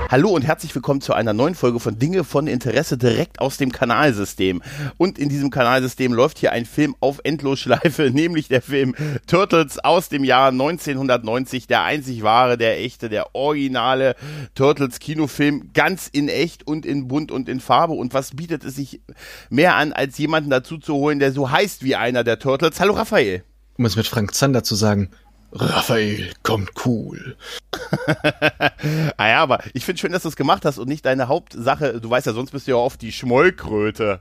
Hallo und herzlich willkommen zu einer neuen Folge von Dinge von Interesse direkt aus dem Kanalsystem. Und in diesem Kanalsystem läuft hier ein Film auf Endlosschleife, nämlich der Film Turtles aus dem Jahr 1990, der einzig wahre, der echte, der originale Turtles-Kinofilm, ganz in echt und in bunt und in Farbe. Und was bietet es sich mehr an, als jemanden dazu zu holen, der so heißt wie einer der Turtles? Hallo Raphael. Um es mit Frank Zander zu sagen, Raphael kommt cool. Ah ja, aber ich finde schön, dass du es gemacht hast und nicht deine Hauptsache. Du weißt ja, sonst bist du ja oft die Schmollkröte.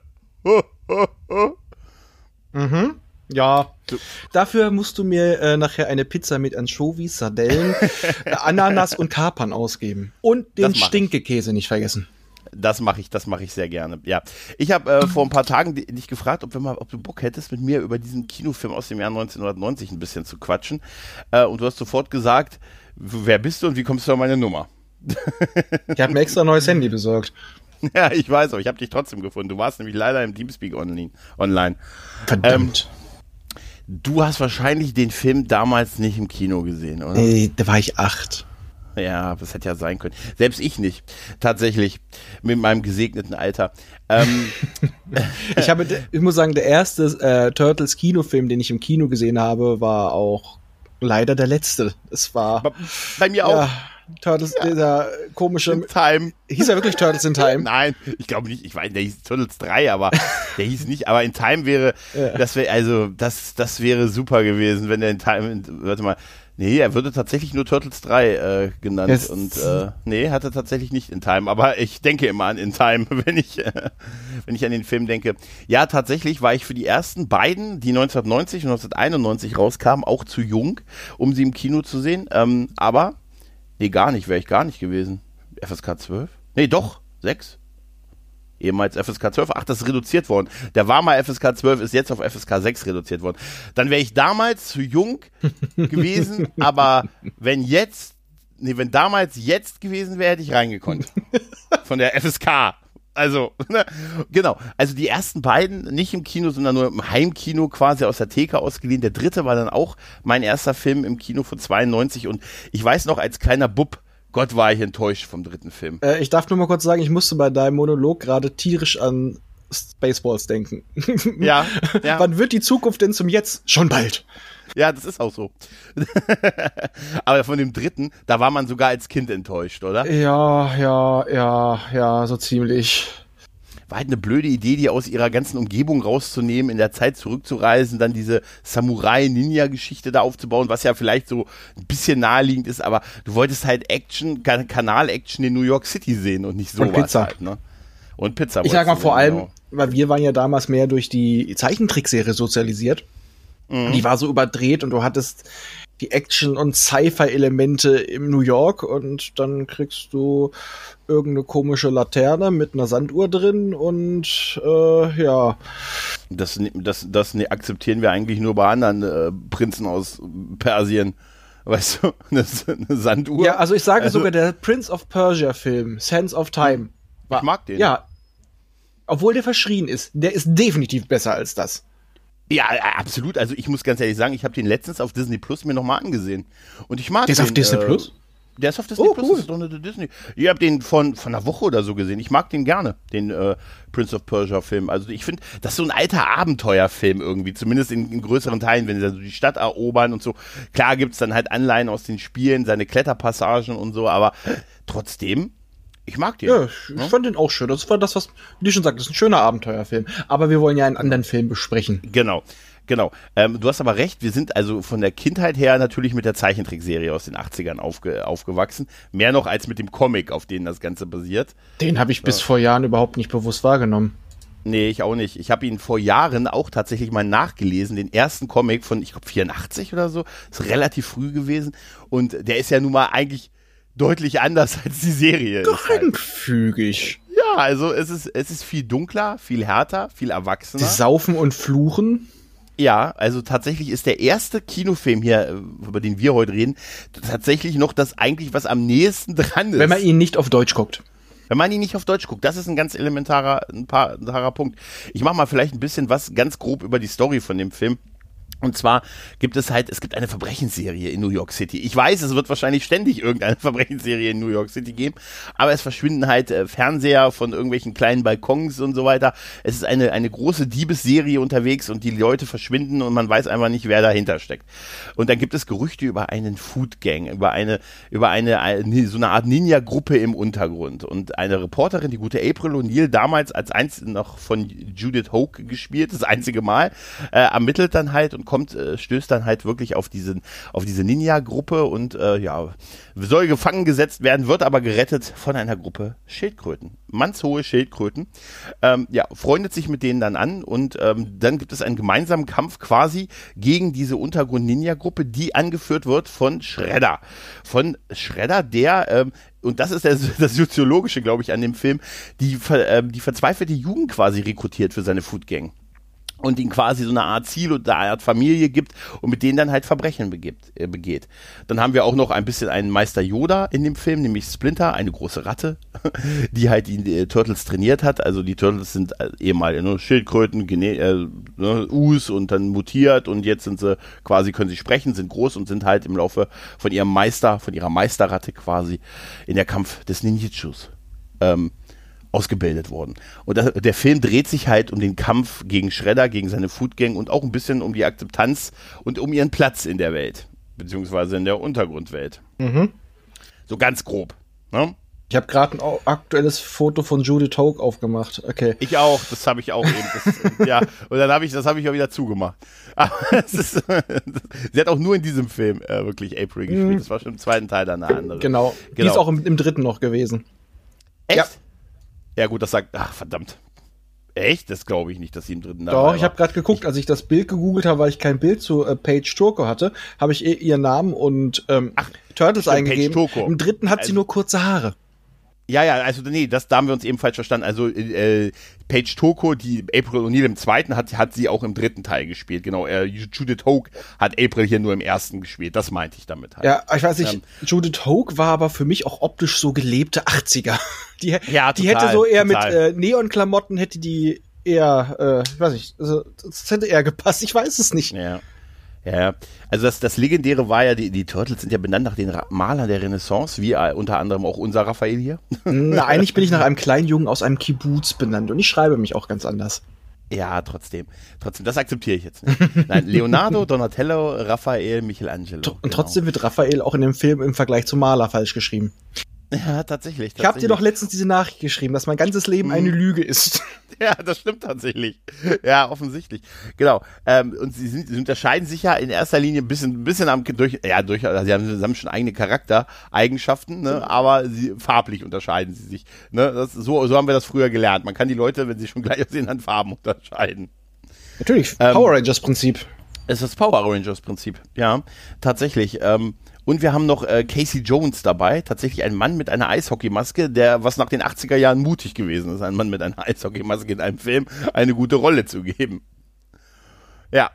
Mhm. Ja, dafür musst du mir nachher eine Pizza mit Anchovies, Sardellen, Ananas und Kapern ausgeben. Und den Stinkekäse nicht vergessen. Das mache ich sehr gerne, ja. Ich habe vor ein paar Tagen dich gefragt, ob du Bock hättest, mit mir über diesen Kinofilm aus dem Jahr 1990 ein bisschen zu quatschen. Und du hast sofort gesagt, wer bist du und wie kommst du an meine Nummer? Ich habe mir extra ein neues Handy besorgt. Ja, ich weiß, aber ich habe dich trotzdem gefunden. Du warst nämlich leider im Teamspeak online. Verdammt. Du hast wahrscheinlich den Film damals nicht im Kino gesehen, oder? Nee, da war ich 8. Ja, das hätte ja sein können. Selbst ich nicht, tatsächlich, mit meinem gesegneten Alter. Ich muss sagen, der erste Turtles-Kinofilm, den ich im Kino gesehen habe, war auch leider der letzte. Es war bei mir auch. Turtles, dieser komische... In Time. Hieß er wirklich Turtles in Time? Nein, ich glaube nicht. Ich weiß, der hieß Turtles 3, aber der hieß nicht. Aber in Time wäre, das wäre super gewesen, wenn der in Time, warte mal, nee, er würde tatsächlich nur Turtles 3 genannt. Yes. Und nee, hat er tatsächlich nicht in Time. Aber ich denke immer an In Time, wenn ich an den Film denke. Ja, tatsächlich war ich für die ersten beiden, die 1990 und 1991 rauskamen, auch zu jung, um sie im Kino zu sehen. Aber nee, wäre ich gar nicht gewesen. FSK 12? Nee, doch, 6. Ehemals FSK 12. Ach, das ist reduziert worden. Der war mal FSK 12, ist jetzt auf FSK 6 reduziert worden. Dann wäre ich damals zu jung gewesen, aber wenn damals jetzt gewesen wäre, hätte ich reingekonnt. Von der FSK. Also, genau. Also die ersten beiden nicht im Kino, sondern nur im Heimkino quasi aus der Theke ausgeliehen. Der dritte war dann auch mein erster Film im Kino von 92 und ich weiß noch, als kleiner Bub, Gott, war ich enttäuscht vom dritten Film. Ich darf nur mal kurz sagen, ich musste bei deinem Monolog gerade tierisch an Spaceballs denken. Ja. Wann wird die Zukunft denn zum Jetzt? Schon bald. Ja, das ist auch so. Aber von dem dritten, da war man sogar als Kind enttäuscht, oder? Ja, so ziemlich. War halt eine blöde Idee, die aus ihrer ganzen Umgebung rauszunehmen, in der Zeit zurückzureisen, dann diese Samurai-Ninja-Geschichte da aufzubauen, was ja vielleicht so ein bisschen naheliegend ist, aber du wolltest halt Kanal-Action in New York City sehen und nicht sowas. Und Pizza. Halt, ne? Und Pizza. Ich sag mal vor allem, weil wir waren ja damals mehr durch die Zeichentrickserie sozialisiert. Die war so überdreht und du hattest die Action- und Sci-Fi-Elemente im New York und dann kriegst du irgendeine komische Laterne mit einer Sanduhr drin und ja. Das akzeptieren wir eigentlich nur bei anderen Prinzen aus Persien. Weißt du, eine Sanduhr. Ja, also ich sage sogar, der Prince of Persia-Film, Sands of Time. Ich mag den. Ja, obwohl der verschrien ist, der ist definitiv besser als das. Ja, absolut. Also ich muss ganz ehrlich sagen, ich habe den letztens auf Disney Plus mir nochmal angesehen. Und ich mag den. Der ist auf Disney Plus? Der ist auf Disney Plus, cool. Das ist doch eine Disney. Ich habe den von einer Woche oder so gesehen. Ich mag den gerne, den Prince of Persia Film. Also ich finde, das ist so ein alter Abenteuerfilm irgendwie, zumindest in größeren Teilen, wenn sie so die Stadt erobern und so. Klar gibt's dann halt Anleihen aus den Spielen, seine Kletterpassagen und so, aber trotzdem, ich mag den. Ja, ich fand den auch schön. Das war das, was, wie du schon sagst, das ist ein schöner Abenteuerfilm. Aber wir wollen ja einen anderen Film besprechen. Genau. Du hast aber recht, wir sind also von der Kindheit her natürlich mit der Zeichentrickserie aus den 80ern aufgewachsen. Mehr noch als mit dem Comic, auf den das Ganze basiert. Den habe ich bis vor Jahren überhaupt nicht bewusst wahrgenommen. Nee, ich auch nicht. Ich habe ihn vor Jahren auch tatsächlich mal nachgelesen, den ersten Comic von, ich glaube, 84 oder so. Ist relativ früh gewesen. Und der ist ja nun mal eigentlich deutlich anders als die Serie. Geringfügig. Ja, also es ist viel dunkler, viel härter, viel erwachsener. Die saufen und fluchen. Ja, also tatsächlich ist der erste Kinofilm hier, über den wir heute reden, tatsächlich noch das eigentlich, was am nächsten dran ist. Wenn man ihn nicht auf Deutsch guckt. Wenn man ihn nicht auf Deutsch guckt, das ist ein ganz elementarer Punkt. Ich mache mal vielleicht ein bisschen was ganz grob über die Story von dem Film. Und zwar es gibt eine Verbrechensserie in New York City. Ich weiß, es wird wahrscheinlich ständig irgendeine Verbrechensserie in New York City geben, aber es verschwinden halt Fernseher von irgendwelchen kleinen Balkons und so weiter. Es ist eine große Diebesserie unterwegs und die Leute verschwinden und man weiß einfach nicht, wer dahinter steckt. Und dann gibt es Gerüchte über einen Food Gang, über eine so eine Art Ninja-Gruppe im Untergrund. Und eine Reporterin, die gute April O'Neil, damals als noch von Judith Hoke gespielt, das einzige Mal, ermittelt dann halt und stößt dann halt wirklich auf diese Ninja-Gruppe und soll gefangen gesetzt werden, wird aber gerettet von einer Gruppe Schildkröten. Mannshohe Schildkröten. Freundet sich mit denen dann an und dann gibt es einen gemeinsamen Kampf quasi gegen diese Untergrund-Ninja-Gruppe, die angeführt wird von Shredder. Von Shredder, der und das ist das Soziologische, glaube ich, an dem Film, die verzweifelte Jugend quasi rekrutiert für seine Food Gang. Und ihnen quasi so eine Art Ziel und eine Art Familie gibt und mit denen dann halt Verbrechen begeht. Dann haben wir auch noch ein bisschen einen Meister Yoda in dem Film, nämlich Splinter, eine große Ratte, die halt die Turtles trainiert hat. Also die Turtles sind ehemalige Schildkröten, Us und dann mutiert und jetzt sind sie quasi, können sie sprechen, sind groß und sind halt im Laufe von ihrer Meisterratte quasi in der Kampf des Ninjutsus ausgebildet worden. Und der Film dreht sich halt um den Kampf gegen Shredder, gegen seine Food Gang und auch ein bisschen um die Akzeptanz und um ihren Platz in der Welt, beziehungsweise in der Untergrundwelt. Mhm. So ganz grob. Ne? Ich habe gerade ein aktuelles Foto von Judith Hoke aufgemacht. Okay. Ich auch, das habe ich auch eben. Und dann das habe ich auch wieder zugemacht. Aber sie hat auch nur in diesem Film wirklich April gespielt. Das war schon im zweiten Teil dann eine andere. Genau. Die ist auch im dritten noch gewesen. Echt? Ja. Ja gut, das sagt, verdammt. Echt? Das glaube ich nicht, dass sie im dritten dabei war. Doch, ich habe gerade geguckt, als ich das Bild gegoogelt habe, weil ich kein Bild zu Paige Turco hatte, habe ich ihren Namen und Turtles eingegeben. Paige Turco. Im dritten hat sie nur kurze Haare. Ja, also da haben wir uns eben falsch verstanden. Also Paige Turco, die April O'Neil im zweiten, hat sie auch im dritten Teil gespielt. Genau, Judith Hoke hat April hier nur im ersten gespielt. Das meinte ich damit halt. Ja, ich weiß nicht, Judith Hoke war aber für mich auch optisch so gelebte 80er. Die hätte so eher mit Neonklamotten, hätte die eher, ich weiß nicht, also, das hätte eher gepasst. Ich weiß es nicht. Ja, also das Legendäre war ja, die Turtles sind ja benannt nach den Malern der Renaissance, wie unter anderem auch unser Raphael hier. Na, eigentlich bin ich nach einem kleinen Jungen aus einem Kibbuz benannt und ich schreibe mich auch ganz anders. Ja, trotzdem, das akzeptiere ich jetzt nicht. Nein, Leonardo, Donatello, Raphael, Michelangelo. Und trotzdem wird Raphael auch in dem Film im Vergleich zum Maler falsch geschrieben. Ja, tatsächlich. Ich habe dir doch letztens diese Nachricht geschrieben, dass mein ganzes Leben eine Lüge ist. Ja, das stimmt tatsächlich. Ja, offensichtlich. Genau. Und sie unterscheiden sich ja in erster Linie ein bisschen sie haben schon eigene Charaktereigenschaften, ne, aber farblich unterscheiden sie sich. Ne, so haben wir das früher gelernt. Man kann die Leute, wenn sie schon gleich aussehen, an Farben unterscheiden. Natürlich, Power Rangers Prinzip. Es ist das Power Rangers Prinzip, ja, tatsächlich. Und wir haben noch Casey Jones dabei, tatsächlich ein Mann mit einer Eishockeymaske, was nach den 80er Jahren mutig gewesen ist, ein Mann mit einer Eishockeymaske in einem Film eine gute Rolle zu geben. Ja.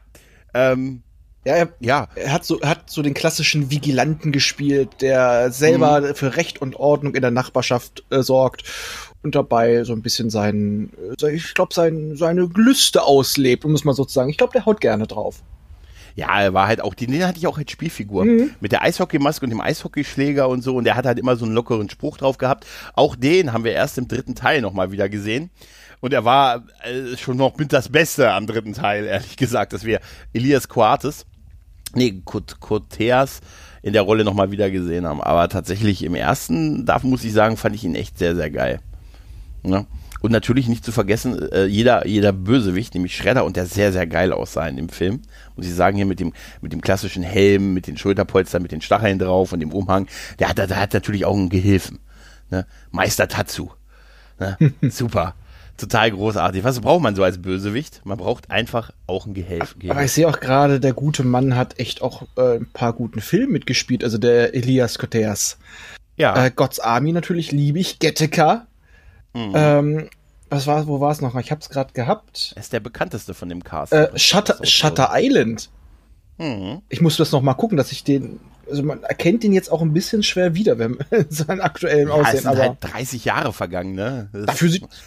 Er hat so den klassischen Vigilanten gespielt, der selber für Recht und Ordnung in der Nachbarschaft sorgt und dabei so ein bisschen seine Gelüste auslebt, um es mal so zu sagen. Ich glaube, der haut gerne drauf. Ja, er war halt auch, den hatte ich auch als Spielfigur. Mit der Eishockeymaske und dem Eishockeyschläger und so. Und der hat halt immer so einen lockeren Spruch drauf gehabt. Auch den haben wir erst im dritten Teil nochmal wieder gesehen. Und er war schon noch mit das Beste am dritten Teil, ehrlich gesagt, dass wir Elias Coates in der Rolle nochmal wieder gesehen haben. Aber tatsächlich im ersten, muss ich sagen, fand ich ihn echt sehr, sehr geil. Ja. Und natürlich nicht zu vergessen, jeder Bösewicht, nämlich Shredder, und der sehr, sehr geil aussah in dem Film. Muss ich sagen, hier mit dem klassischen Helm, mit den Schulterpolstern, mit den Stacheln drauf und dem Umhang, der hat natürlich auch einen Gehilfen. Ne? Meister Tatsu. Ne? Super. Total großartig. Was braucht man so als Bösewicht? Man braucht einfach auch einen Gehilfen. Aber ich sehe auch gerade, der gute Mann hat echt auch ein paar guten Filme mitgespielt. Also der Elias Koteas. Ja. God's Army natürlich liebe ich. Gattaca. Wo war es noch? Ich hab's gerade gehabt. Er ist der bekannteste von dem Cast. Shutter Island. Ich muss das noch mal gucken, dass ich den, also man erkennt den jetzt auch ein bisschen schwer wieder, wenn seinen aktuellen Aussehen. Es sind halt 30 Jahre vergangen, ne?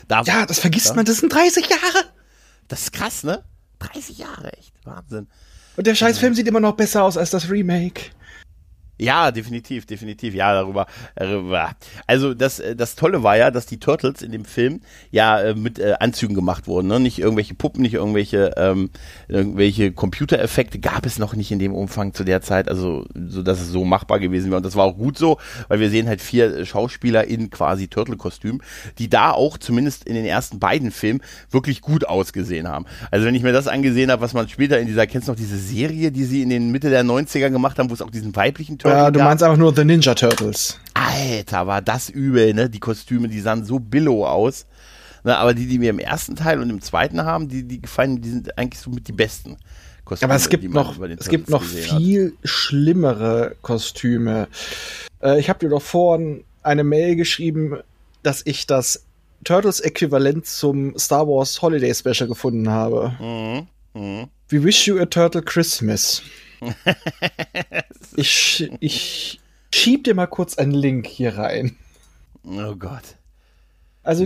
Das vergisst man, das sind 30 Jahre. Das ist krass, ne? 30 Jahre, echt. Wahnsinn. Und der Scheißfilm sieht immer noch besser aus als das Remake. Ja, definitiv, ja, darüber. Also das Tolle war ja, dass die Turtles in dem Film ja mit Anzügen gemacht wurden, ne? Nicht irgendwelche Puppen, nicht irgendwelche Computereffekte gab es noch nicht in dem Umfang zu der Zeit, also so, dass es so machbar gewesen wäre. Und das war auch gut so, weil wir sehen halt 4 Schauspieler in quasi Turtle-Kostüm, die da auch zumindest in den ersten beiden Filmen wirklich gut ausgesehen haben. Also wenn ich mir das angesehen habe, was man später kennst du noch diese Serie, die sie in den Mitte der 90er gemacht haben, wo es auch diesen weiblichen Turtle ja, du meinst einfach nur The Ninja Turtles. Alter, war das übel, ne? Die Kostüme, die sahen so billow aus. Ne? Aber die wir im ersten Teil und im zweiten haben, die gefallen, die sind eigentlich so mit die besten Kostüme. Aber es gibt noch viel schlimmere Kostüme. Ich habe dir doch vorhin eine Mail geschrieben, dass ich das Turtles-Äquivalent zum Star Wars Holiday Special gefunden habe. We wish you a Turtle Christmas. Ich schieb dir mal kurz einen Link hier rein. Oh Gott. Also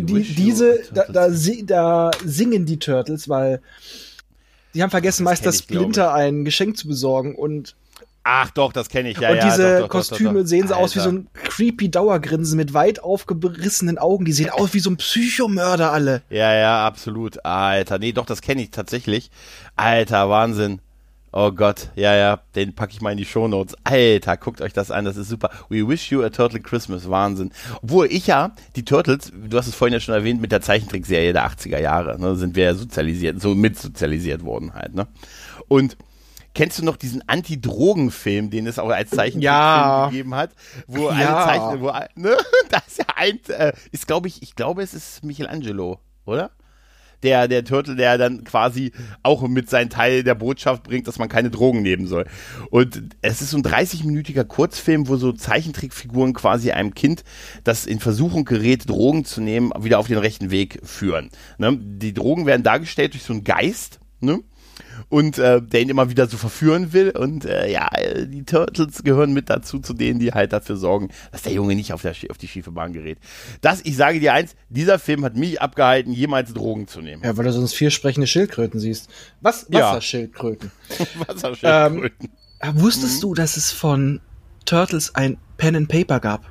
da singen die Turtles, weil die haben vergessen, Meister Splinter ein Geschenk zu besorgen und ach doch, das kenne ich, ja. Und diese Kostüme sehen so aus wie so ein creepy Dauergrinsen mit weit aufgerissenen Augen. Die sehen aus wie so ein Psychomörder alle. Ja, absolut. Alter, nee, doch, das kenne ich tatsächlich. Alter, Wahnsinn. Oh Gott, ja, den packe ich mal in die Shownotes. Alter, guckt euch das an, das ist super. We wish you a Turtle Christmas, Wahnsinn. Obwohl ich ja, die Turtles, du hast es vorhin ja schon erwähnt, mit der Zeichentrickserie der 80er Jahre, ne, sind wir ja sozialisiert, so mitsozialisiert worden halt, ne. Und kennst du noch diesen Anti-Drogen-Film, den es auch als Zeichentrickfilm gegeben hat? Wo alle Zeichen, ne, da ist ja ich glaube, es ist Michelangelo, oder? Der Turtle, der dann quasi auch mit seinem Teil der Botschaft bringt, dass man keine Drogen nehmen soll. Und es ist so ein 30-minütiger Kurzfilm, wo so Zeichentrickfiguren quasi einem Kind, das in Versuchung gerät, Drogen zu nehmen, wieder auf den rechten Weg führen. Ne? Die Drogen werden dargestellt durch so einen Geist, ne? Und der ihn immer wieder so verführen will. Und die Turtles gehören mit dazu, zu denen, die halt dafür sorgen, dass der Junge nicht auf die schiefe Bahn gerät. Ich sage dir eins, dieser Film hat mich abgehalten, jemals Drogen zu nehmen. Ja, weil du sonst 4 sprechende Schildkröten siehst. Wasserschildkröten. Wasserschildkröten. Wusstest du, dass es von Turtles ein Pen and Paper gab?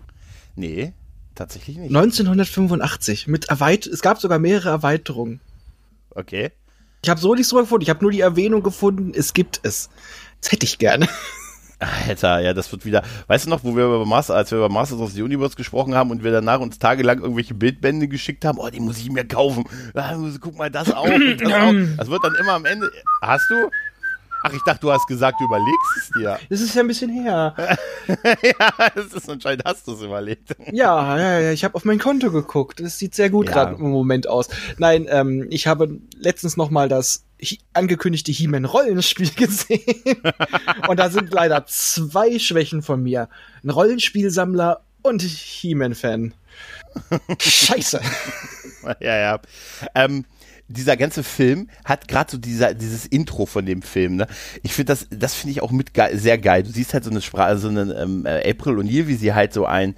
Nee, tatsächlich nicht. 1985. Es gab sogar mehrere Erweiterungen. Okay. Ich habe so nichts drüber gefunden. Ich habe nur die Erwähnung gefunden, es gibt es. Das hätte ich gerne. Alter, ja, das wird wieder. Weißt du noch, als wir über Masters of the Universe gesprochen haben und wir danach uns tagelang irgendwelche Bildbände geschickt haben, die muss ich mir kaufen. Guck mal, das auch und das auch. Das wird dann immer am Ende. Hast du? Ach, ich dachte, du hast gesagt, du überlegst es dir. Das ist ja ein bisschen her. Ja, das ist anscheinend, hast du es überlegt. Ja, ich habe auf mein Konto geguckt. Das sieht sehr gut gerade im Moment aus. Nein, ich habe letztens noch mal das angekündigte He-Man-Rollenspiel gesehen. Und da sind leider 2 Schwächen von mir. Ein Rollenspielsammler und He-Man-Fan. Scheiße. Ja. Dieser ganze Film hat gerade so dieses Intro von dem Film, ne? Ich finde das finde ich auch sehr geil. Du siehst halt so eine April O'Neil, wie sie halt so eine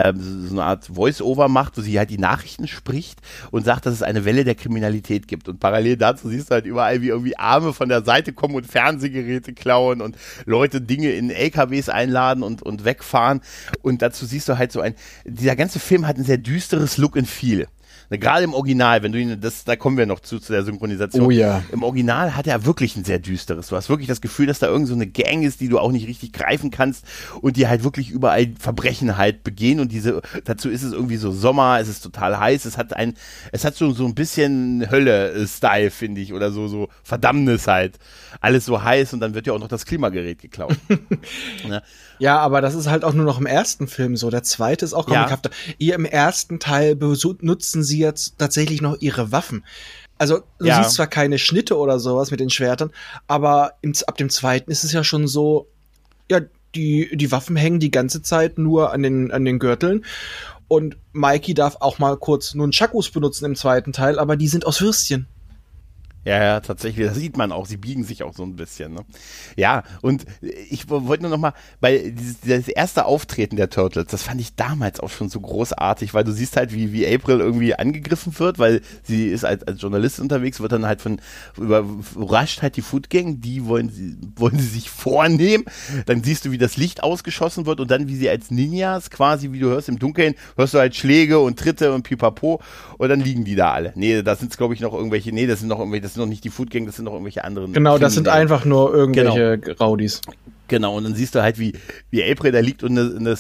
Art Voice-Over macht, wo sie halt die Nachrichten spricht und sagt, dass es eine Welle der Kriminalität gibt. Und parallel dazu siehst du halt überall, wie irgendwie Arme von der Seite kommen und Fernsehgeräte klauen und Leute Dinge in LKWs einladen und wegfahren. Und dazu siehst du halt dieser ganze Film hat ein sehr düsteres Look and Feel. Gerade im Original, da kommen wir noch zu der Synchronisation. Oh ja. Im Original hat er wirklich ein sehr düsteres. Du hast wirklich das Gefühl, dass da irgend so eine Gang ist, die du auch nicht richtig greifen kannst und die halt wirklich überall Verbrechen halt begehen und dazu ist es irgendwie so Sommer, es ist total heiß, es hat so ein bisschen Hölle-Style, finde ich, oder so Verdammnis halt. Alles so heiß und dann wird ja auch noch das Klimagerät geklaut. Ne? Ja, aber das ist halt auch nur noch im ersten Film so. Der zweite ist auch comichafter. Ja. Im ersten Teil nutzen sie jetzt tatsächlich noch ihre Waffen. Also du siehst zwar keine Schnitte oder sowas mit den Schwertern, aber ab dem zweiten ist es ja schon so, ja, die Waffen hängen die ganze Zeit nur an den Gürteln. Und Mikey darf auch mal kurz nur einen Chakus benutzen im zweiten Teil, aber die sind aus Würstchen. Ja, tatsächlich, das sieht man auch, sie biegen sich auch so ein bisschen, ne? Ja, und ich wollte nur noch mal, weil dieses erste Auftreten der Turtles, das fand ich damals auch schon so großartig, weil du siehst halt, wie April irgendwie angegriffen wird, weil sie ist als Journalistin unterwegs, wird dann halt überrascht halt die Foot Gang, die wollen sie sich vornehmen, dann siehst du, wie das Licht ausgeschossen wird und dann, wie sie als Ninjas quasi, wie du hörst im Dunkeln, hörst du halt Schläge und Tritte und Pipapo und dann liegen die da alle. Nee, das sind glaube ich noch irgendwelche, das sind noch nicht die Foot Gang, das sind noch irgendwelche anderen. Genau, das sind einfach nur irgendwelche Rowdies. Genau, und dann siehst du halt, wie April da liegt und eine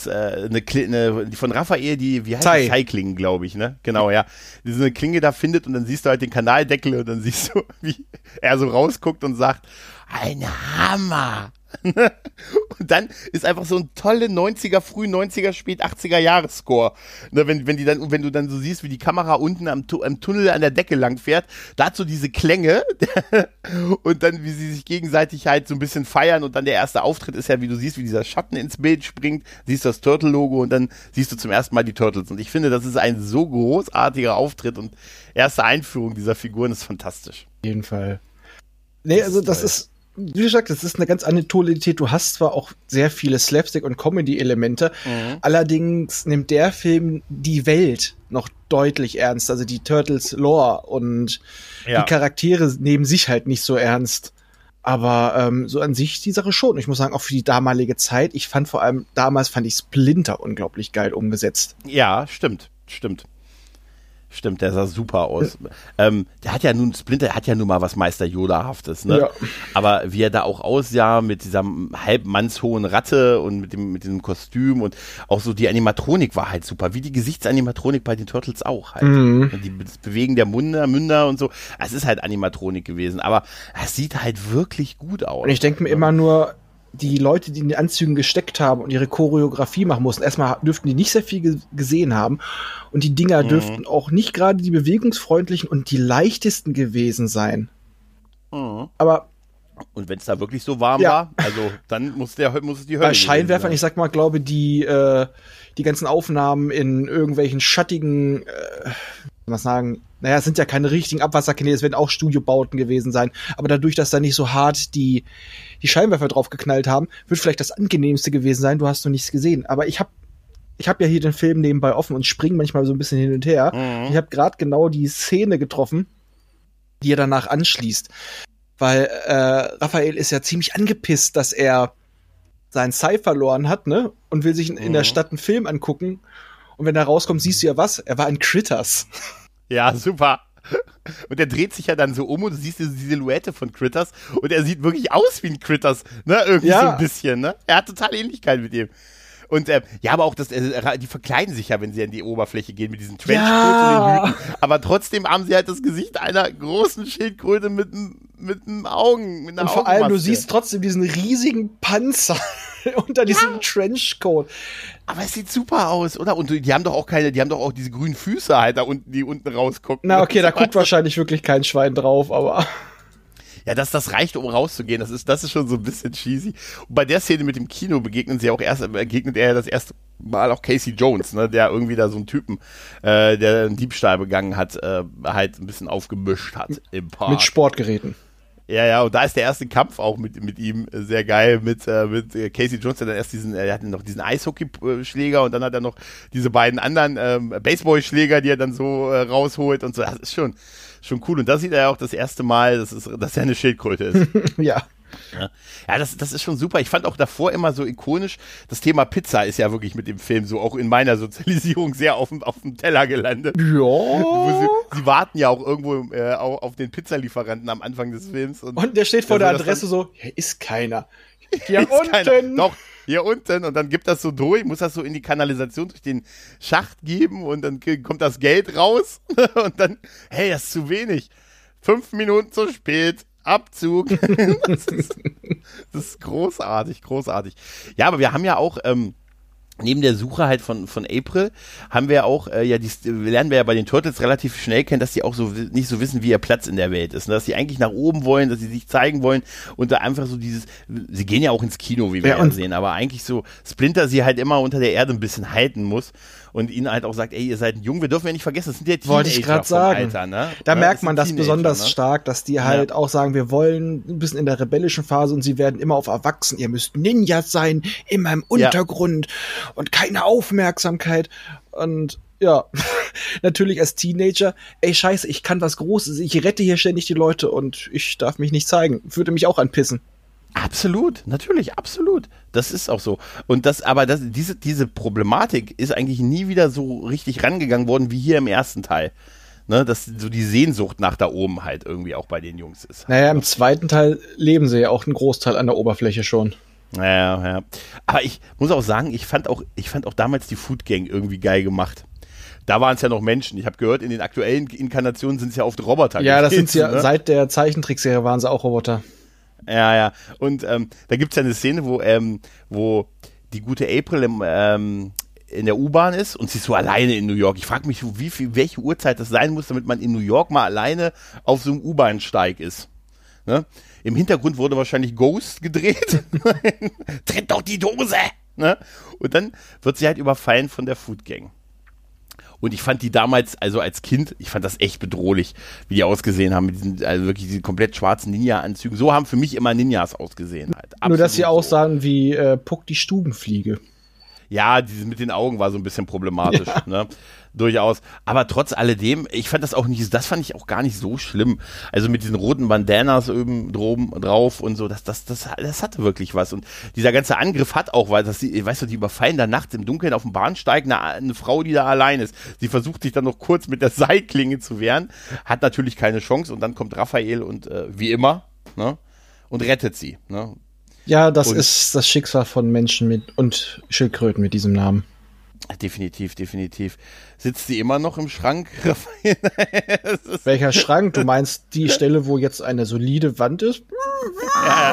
von Raphael, wie heißt die? Cycling, glaube ich, ne? Genau, ja. Diese Klinge da findet und dann siehst du halt den Kanaldeckel und dann siehst du, wie er so rausguckt und sagt, ein Hammer! Und dann ist einfach so ein tolle 90er, früh 90er, spät 80er Jahres-Score. Ne, wenn du dann so siehst, wie die Kamera unten am Tunnel an der Decke lang fährt, dazu diese Klänge und dann, wie sie sich gegenseitig halt so ein bisschen feiern und dann der erste Auftritt ist ja, wie du siehst, wie dieser Schatten ins Bild springt, siehst das Turtle-Logo und dann siehst du zum ersten Mal die Turtles. Und ich finde, das ist ein so großartiger Auftritt und erste Einführung dieser Figuren ist fantastisch. Auf jeden Fall. Nee, also das ist, wie gesagt, das ist eine ganz andere Tonalität. Du hast zwar auch sehr viele Slapstick- und Comedy-Elemente, allerdings nimmt der Film die Welt noch deutlich ernst. Also die Turtles-Lore und die Charaktere nehmen sich halt nicht so ernst. Aber so an sich die Sache schon. Ich muss sagen, auch für die damalige Zeit, damals fand ich Splinter unglaublich geil umgesetzt. Ja, stimmt. Stimmt, der sah super aus. Splinter hat ja nun mal was Meister Yoda-haftes, ne? Ja. Aber wie er da auch aussah mit dieser halbmannshohen Ratte und mit diesem Kostüm und auch so die Animatronik war halt super, wie die Gesichtsanimatronik bei den Turtles auch halt. Das Bewegen der Münder und so. Es ist halt Animatronik gewesen, aber es sieht halt wirklich gut aus. Und ich denke mir immer nur, die Leute, die in den Anzügen gesteckt haben und ihre Choreografie machen mussten, erstmal dürften die nicht sehr viel gesehen haben und die Dinger dürften auch nicht gerade die bewegungsfreundlichen und die leichtesten gewesen sein. Aber und wenn es da wirklich so warm war, also dann muss es die Hölle bei Scheinwerfern, ich sag mal, glaube die ganzen Aufnahmen in irgendwelchen schattigen, es sind ja keine richtigen Abwasserkanäle, es werden auch Studiobauten gewesen sein, aber dadurch, dass da nicht so hart die Scheinwerfer drauf geknallt haben, wird vielleicht das angenehmste gewesen sein, du hast noch nichts gesehen. Aber ich hab ja hier den Film nebenbei offen und springe manchmal so ein bisschen hin und her. Ich habe gerade genau die Szene getroffen, die er danach anschließt. Weil Raphael ist ja ziemlich angepisst, dass er seinen Sai verloren hat, ne? Und will sich in der Stadt einen Film angucken. Und wenn er rauskommt, siehst du ja was? Er war in Critters. Ja, super. Und der dreht sich ja dann so um und du siehst die Silhouette von Critters und er sieht wirklich aus wie ein Critters, ne? Irgendwie so ein bisschen, ne? Er hat total Ähnlichkeit mit ihm. Und aber auch die verkleiden sich ja, wenn sie an die Oberfläche gehen mit diesen Trenchcoats und den Hüten. Aber trotzdem haben sie halt das Gesicht einer großen Schildkröte mit einem Augen, mit einer Und vor allem, du siehst trotzdem diesen riesigen Panzer unter diesem Trenchcoat. Aber es sieht super aus, oder? Und die haben doch auch diese grünen Füße halt da unten, die unten rausgucken. Na, okay, da guckt wahrscheinlich wirklich kein Schwein drauf, aber. Ja, das reicht, um rauszugehen. Das ist schon so ein bisschen cheesy. Und bei der Szene mit dem Kino begegnet er das erste Mal auch Casey Jones, ne, der irgendwie da so einen Typen, der einen Diebstahl begangen hat, halt ein bisschen aufgemischt hat im Park. Mit Sportgeräten. Ja, und da ist der erste Kampf auch mit ihm sehr geil, mit Casey Jones, der dann erst er hatte noch diesen Eishockeyschläger und dann hat er noch diese beiden anderen Baseballschläger, die er dann so rausholt und so. Das ist schon cool. Und da sieht er ja auch das erste Mal, dass er eine Schildkröte ist. Ja. Ja, das ist schon super. Ich fand auch davor immer so ikonisch, das Thema Pizza ist ja wirklich mit dem Film so auch in meiner Sozialisierung sehr auf dem Teller gelandet. Ja. Sie warten ja auch irgendwo auf den Pizzalieferanten am Anfang des Films. Und der steht vor der Adresse so, hier ist keiner. Hier unten. Keiner. Doch, hier unten. Und dann gibt das so durch, muss das so in die Kanalisation durch den Schacht geben und dann kommt das Geld raus und dann, hey, das ist zu wenig. 5 Minuten zu spät. Abzug. Das ist großartig. Ja, aber wir haben ja auch neben der Suche halt von April haben wir auch, lernen wir ja bei den Turtles relativ schnell kennen, dass die auch so nicht so wissen, wie ihr Platz in der Welt ist. Ne? Dass sie eigentlich nach oben wollen, dass sie sich zeigen wollen und da einfach so sie gehen ja auch ins Kino, wie wir ja sehen, aber eigentlich so Splinter sie halt immer unter der Erde ein bisschen halten muss. und ihnen halt auch sagt, ey, ihr seid jung, wir dürfen ja nicht vergessen, das sind ja Teenager. Wollte ich gerade sagen. Alter, ne? Da ne? merkt man das Teenager, besonders ne? stark, dass die halt auch sagen, wir wollen ein bisschen in der rebellischen Phase und sie werden immer auf erwachsen, ihr müsst Ninjas sein, immer im Untergrund und keine Aufmerksamkeit und ja, natürlich als Teenager, ey scheiße, ich kann was Großes, ich rette hier ständig die Leute und ich darf mich nicht zeigen. Würde mich auch anpissen. Absolut, natürlich, absolut. Das ist auch so. Und diese Problematik ist eigentlich nie wieder so richtig rangegangen worden wie hier im ersten Teil. Ne, dass so die Sehnsucht nach da oben halt irgendwie auch bei den Jungs ist. Naja, im zweiten Teil leben sie ja auch einen Großteil an der Oberfläche schon. Ja. Aber ich muss auch sagen, ich fand auch damals die Food Gang irgendwie geil gemacht. Da waren es ja noch Menschen. Ich habe gehört, in den aktuellen Inkarnationen sind es ja oft Roboter. Ja, das sind sie ja, seit der Zeichentrickserie waren sie auch Roboter. Ja. Und da gibt es ja eine Szene, wo die gute April in der U-Bahn ist und sie ist so alleine in New York. Ich frage mich, welche Uhrzeit das sein muss, damit man in New York mal alleine auf so einem U-Bahn-Steig ist. Ne? Im Hintergrund wurde wahrscheinlich Ghost gedreht. Tritt doch die Dose! Ne? Und dann wird sie halt überfallen von der Food Gang. Und ich fand die damals, also als Kind, ich fand das echt bedrohlich, wie die ausgesehen haben, mit diesen, also wirklich diese komplett schwarzen Ninja-Anzügen. So haben für mich immer Ninjas ausgesehen halt. Nur, dass sie aussahen wie Puck die Stubenfliege. Ja, dieses mit den Augen war so ein bisschen problematisch, ne? Durchaus. Aber trotz alledem, das fand ich auch gar nicht so schlimm. Also mit diesen roten Bandanas droben drauf und so, das hatte wirklich was. Und dieser ganze Angriff hat auch was, die überfallen da nachts im Dunkeln auf dem Bahnsteig eine Frau, die da allein ist. Sie versucht sich dann noch kurz mit der Seilklinge zu wehren, hat natürlich keine Chance und dann kommt Raphael und wie immer, ne? Und rettet sie, ne? Ja, das ist das Schicksal von Menschen und Schildkröten mit diesem Namen. Definitiv. Sitzt sie immer noch im Schrank? Welcher Schrank? Du meinst die Stelle, wo jetzt eine solide Wand ist? Ja.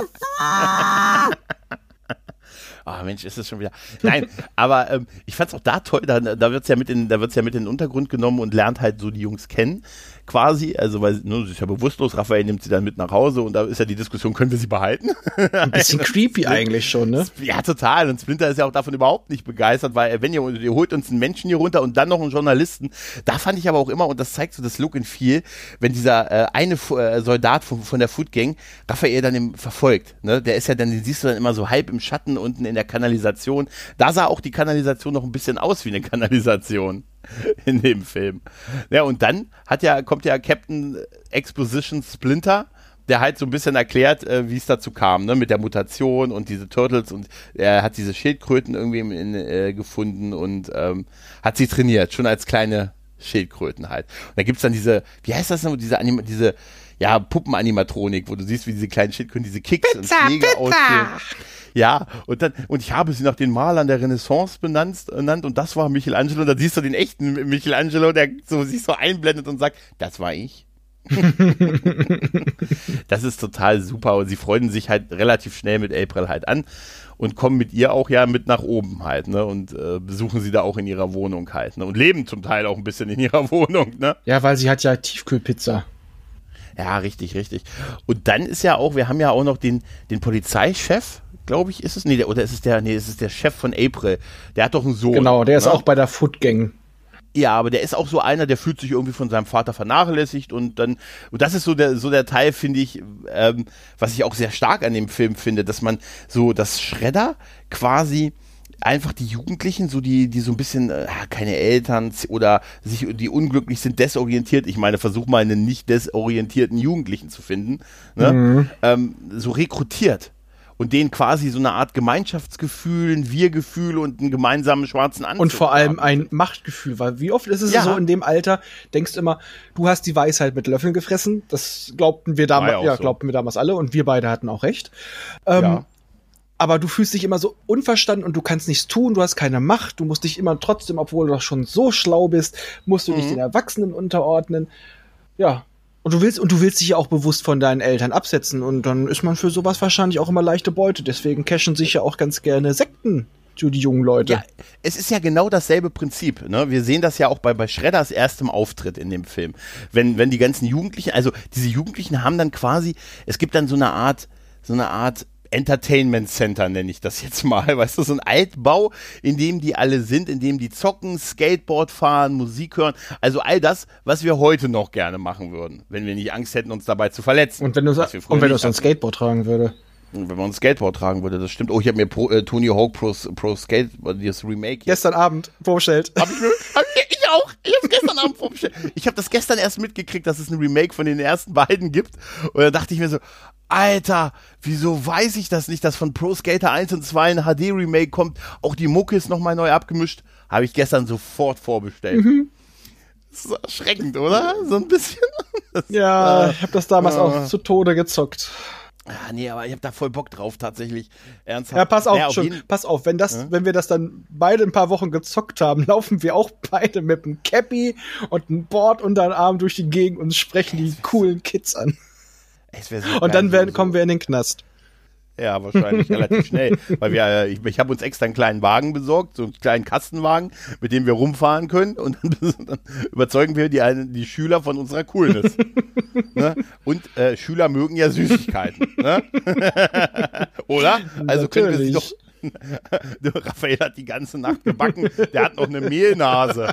Oh Mensch, ist das schon wieder. Nein, aber ich fand's auch da toll, da wird's ja mit in den Untergrund genommen und lernt halt so die Jungs kennen, quasi. Also, weil sie ist ja bewusstlos, Raphael nimmt sie dann mit nach Hause und da ist ja die Diskussion, können wir sie behalten? Ein bisschen creepy eigentlich schon, ne? Ja, total. Und Splinter ist ja auch davon überhaupt nicht begeistert, weil wenn ihr holt uns einen Menschen hier runter und dann noch einen Journalisten. Da fand ich aber auch immer, und das zeigt so das Look and Feel, wenn dieser eine Soldat von der Food Gang Raphael dann verfolgt, ne? Der ist ja dann, den siehst du dann immer so halb im Schatten unten in der Kanalisation. Da sah auch die Kanalisation noch ein bisschen aus wie eine Kanalisation in dem Film. Ja, und dann kommt ja Captain Exposition Splinter, der halt so ein bisschen erklärt, wie es dazu kam, ne, mit der Mutation und diese Turtles, und er hat diese Schildkröten irgendwie gefunden und hat sie trainiert, schon als kleine Schildkröten halt. Und da gibt's dann diese, wie heißt das noch, diese Puppenanimatronik, wo du siehst, wie diese kleinen Schildkröten diese Kicks und Schläge ausführen. Ja, und ich habe sie nach den Malern der Renaissance benannt und das war Michelangelo. Da siehst du den echten Michelangelo, der sich so einblendet und sagt, das war ich. Das ist total super und sie freunden sich halt relativ schnell mit April halt an und kommen mit ihr auch ja mit nach oben halt, ne, und besuchen sie da auch in ihrer Wohnung halt, ne, und leben zum Teil auch ein bisschen in ihrer Wohnung, ne. Ja, weil sie hat ja Tiefkühlpizza. Ja, richtig. Und dann ist ja auch, wir haben ja auch noch den Polizeichef, glaube ich, ist es? Es ist der Chef von April. Der hat doch einen Sohn. Genau, der ist auch bei der Food Gang. Ja, aber der ist auch so einer, der fühlt sich irgendwie von seinem Vater vernachlässigt und das ist so der Teil, finde ich, was ich auch sehr stark an dem Film finde, dass man so, dass Shredder quasi einfach die Jugendlichen, so die so ein bisschen keine Eltern oder die unglücklich sind, desorientiert. Ich meine, versuch mal einen nicht desorientierten Jugendlichen zu finden, ne? So rekrutiert und denen quasi so eine Art Gemeinschaftsgefühl, ein Wir-Gefühl und einen gemeinsamen schwarzen Anzug. Und vor allem ein Machtgefühl, weil wie oft ist es so in dem Alter, denkst du immer, du hast die Weisheit mit Löffeln gefressen. Das glaubten wir damals, glaubten wir damals alle und wir beide hatten auch recht. Aber du fühlst dich immer so unverstanden und du kannst nichts tun, du hast keine Macht, du musst dich immer trotzdem, obwohl du doch schon so schlau bist, musst du dich den Erwachsenen unterordnen. Ja. Und du willst dich ja auch bewusst von deinen Eltern absetzen und dann ist man für sowas wahrscheinlich auch immer leichte Beute. Deswegen cashen sich ja auch ganz gerne Sekten für die jungen Leute. Ja, es ist ja genau dasselbe Prinzip, ne? Wir sehen das ja auch bei Shredders erstem Auftritt in dem Film. Wenn die ganzen Jugendlichen, also diese Jugendlichen haben dann quasi, es gibt dann so eine Art Entertainment Center nenne ich das jetzt mal, weißt du, so ein Altbau, in dem die alle sind, in dem die zocken, Skateboard fahren, Musik hören, also all das, was wir heute noch gerne machen würden, wenn wir nicht Angst hätten, uns dabei zu verletzen. Und wenn du so ein Skateboard tragen würde. Wenn man ein Skateboard tragen würde, das stimmt. Oh, ich habe mir Tony Hawk Pro Skateboard, das Remake hier. Gestern Abend vorbestellt. Ich auch. Ich habe gestern Abend vorbestellt. Ich habe das gestern erst mitgekriegt, dass es ein Remake von den ersten beiden gibt. Und da dachte ich mir so, Alter, wieso weiß ich das nicht, dass von Pro Skater 1 und 2 ein HD-Remake kommt? Auch die Mucke ist nochmal neu abgemischt. Habe ich gestern sofort vorbestellt. Das ist erschreckend, oder? So ein bisschen. Ich habe das damals auch zu Tode gezockt. Nee, aber ich habe da voll Bock drauf, tatsächlich. Ernsthaft. Ja, pass auf, wenn wir das dann beide ein paar Wochen gezockt haben, laufen wir auch beide mit einem Cappy und einem Board unter den Arm durch die Gegend und sprechen die coolen Kids an. So und dann kommen wir in den Knast. Ja, wahrscheinlich relativ schnell. Weil ich habe uns extra einen kleinen Wagen besorgt, so einen kleinen Kastenwagen, mit dem wir rumfahren können und dann überzeugen wir die Schüler von unserer Coolness. Ne? Und Schüler mögen ja Süßigkeiten. Ne? Oder? Also können wir sie doch. Raphael hat die ganze Nacht gebacken, der hat noch eine Mehlnase.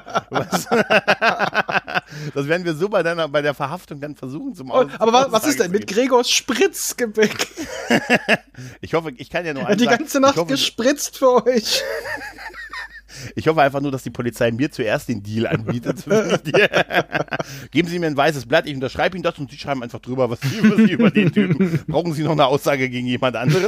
Das werden wir so bei der Verhaftung dann versuchen zum Aber was ist denn mit Gregors Spritzgebäck? Ich hoffe, ich kann ja nur eins sagen. Die ganze Nacht gespritzt für euch. Ich hoffe einfach nur, dass die Polizei mir zuerst den Deal anbietet. Geben Sie mir ein weißes Blatt, ich unterschreibe Ihnen das und Sie schreiben einfach drüber, was Sie über den Typen. Brauchen Sie noch eine Aussage gegen jemand anderen?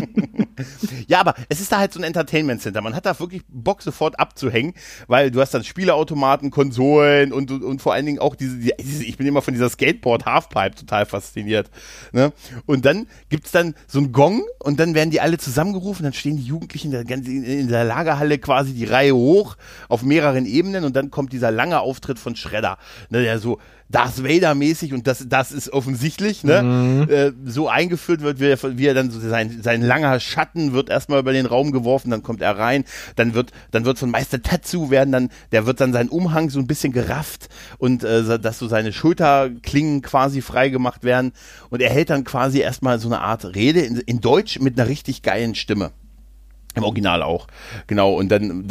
Ja, aber es ist da halt so ein Entertainment Center. Man hat da wirklich Bock, sofort abzuhängen, weil du hast dann Spieleautomaten, Konsolen und vor allen Dingen auch ich bin immer von dieser Skateboard-Halfpipe total fasziniert. Ne? Und dann gibt's dann so einen Gong und dann werden die alle zusammengerufen, dann stehen die Jugendlichen in der Lagerhalle quasi die Reihe hoch auf mehreren Ebenen und dann kommt dieser lange Auftritt von Shredder, ne, der so Darth Vader-mäßig und das ist offensichtlich, ne, so eingeführt wird, wie er dann so sein langer Schatten wird erstmal über den Raum geworfen, dann kommt er rein, dann wird von Meister Tatsu der wird dann sein Umhang so ein bisschen gerafft und dass so seine Schulterklingen quasi frei gemacht werden und er hält dann quasi erstmal so eine Art Rede in Deutsch mit einer richtig geilen Stimme. Im Original auch, genau, und dann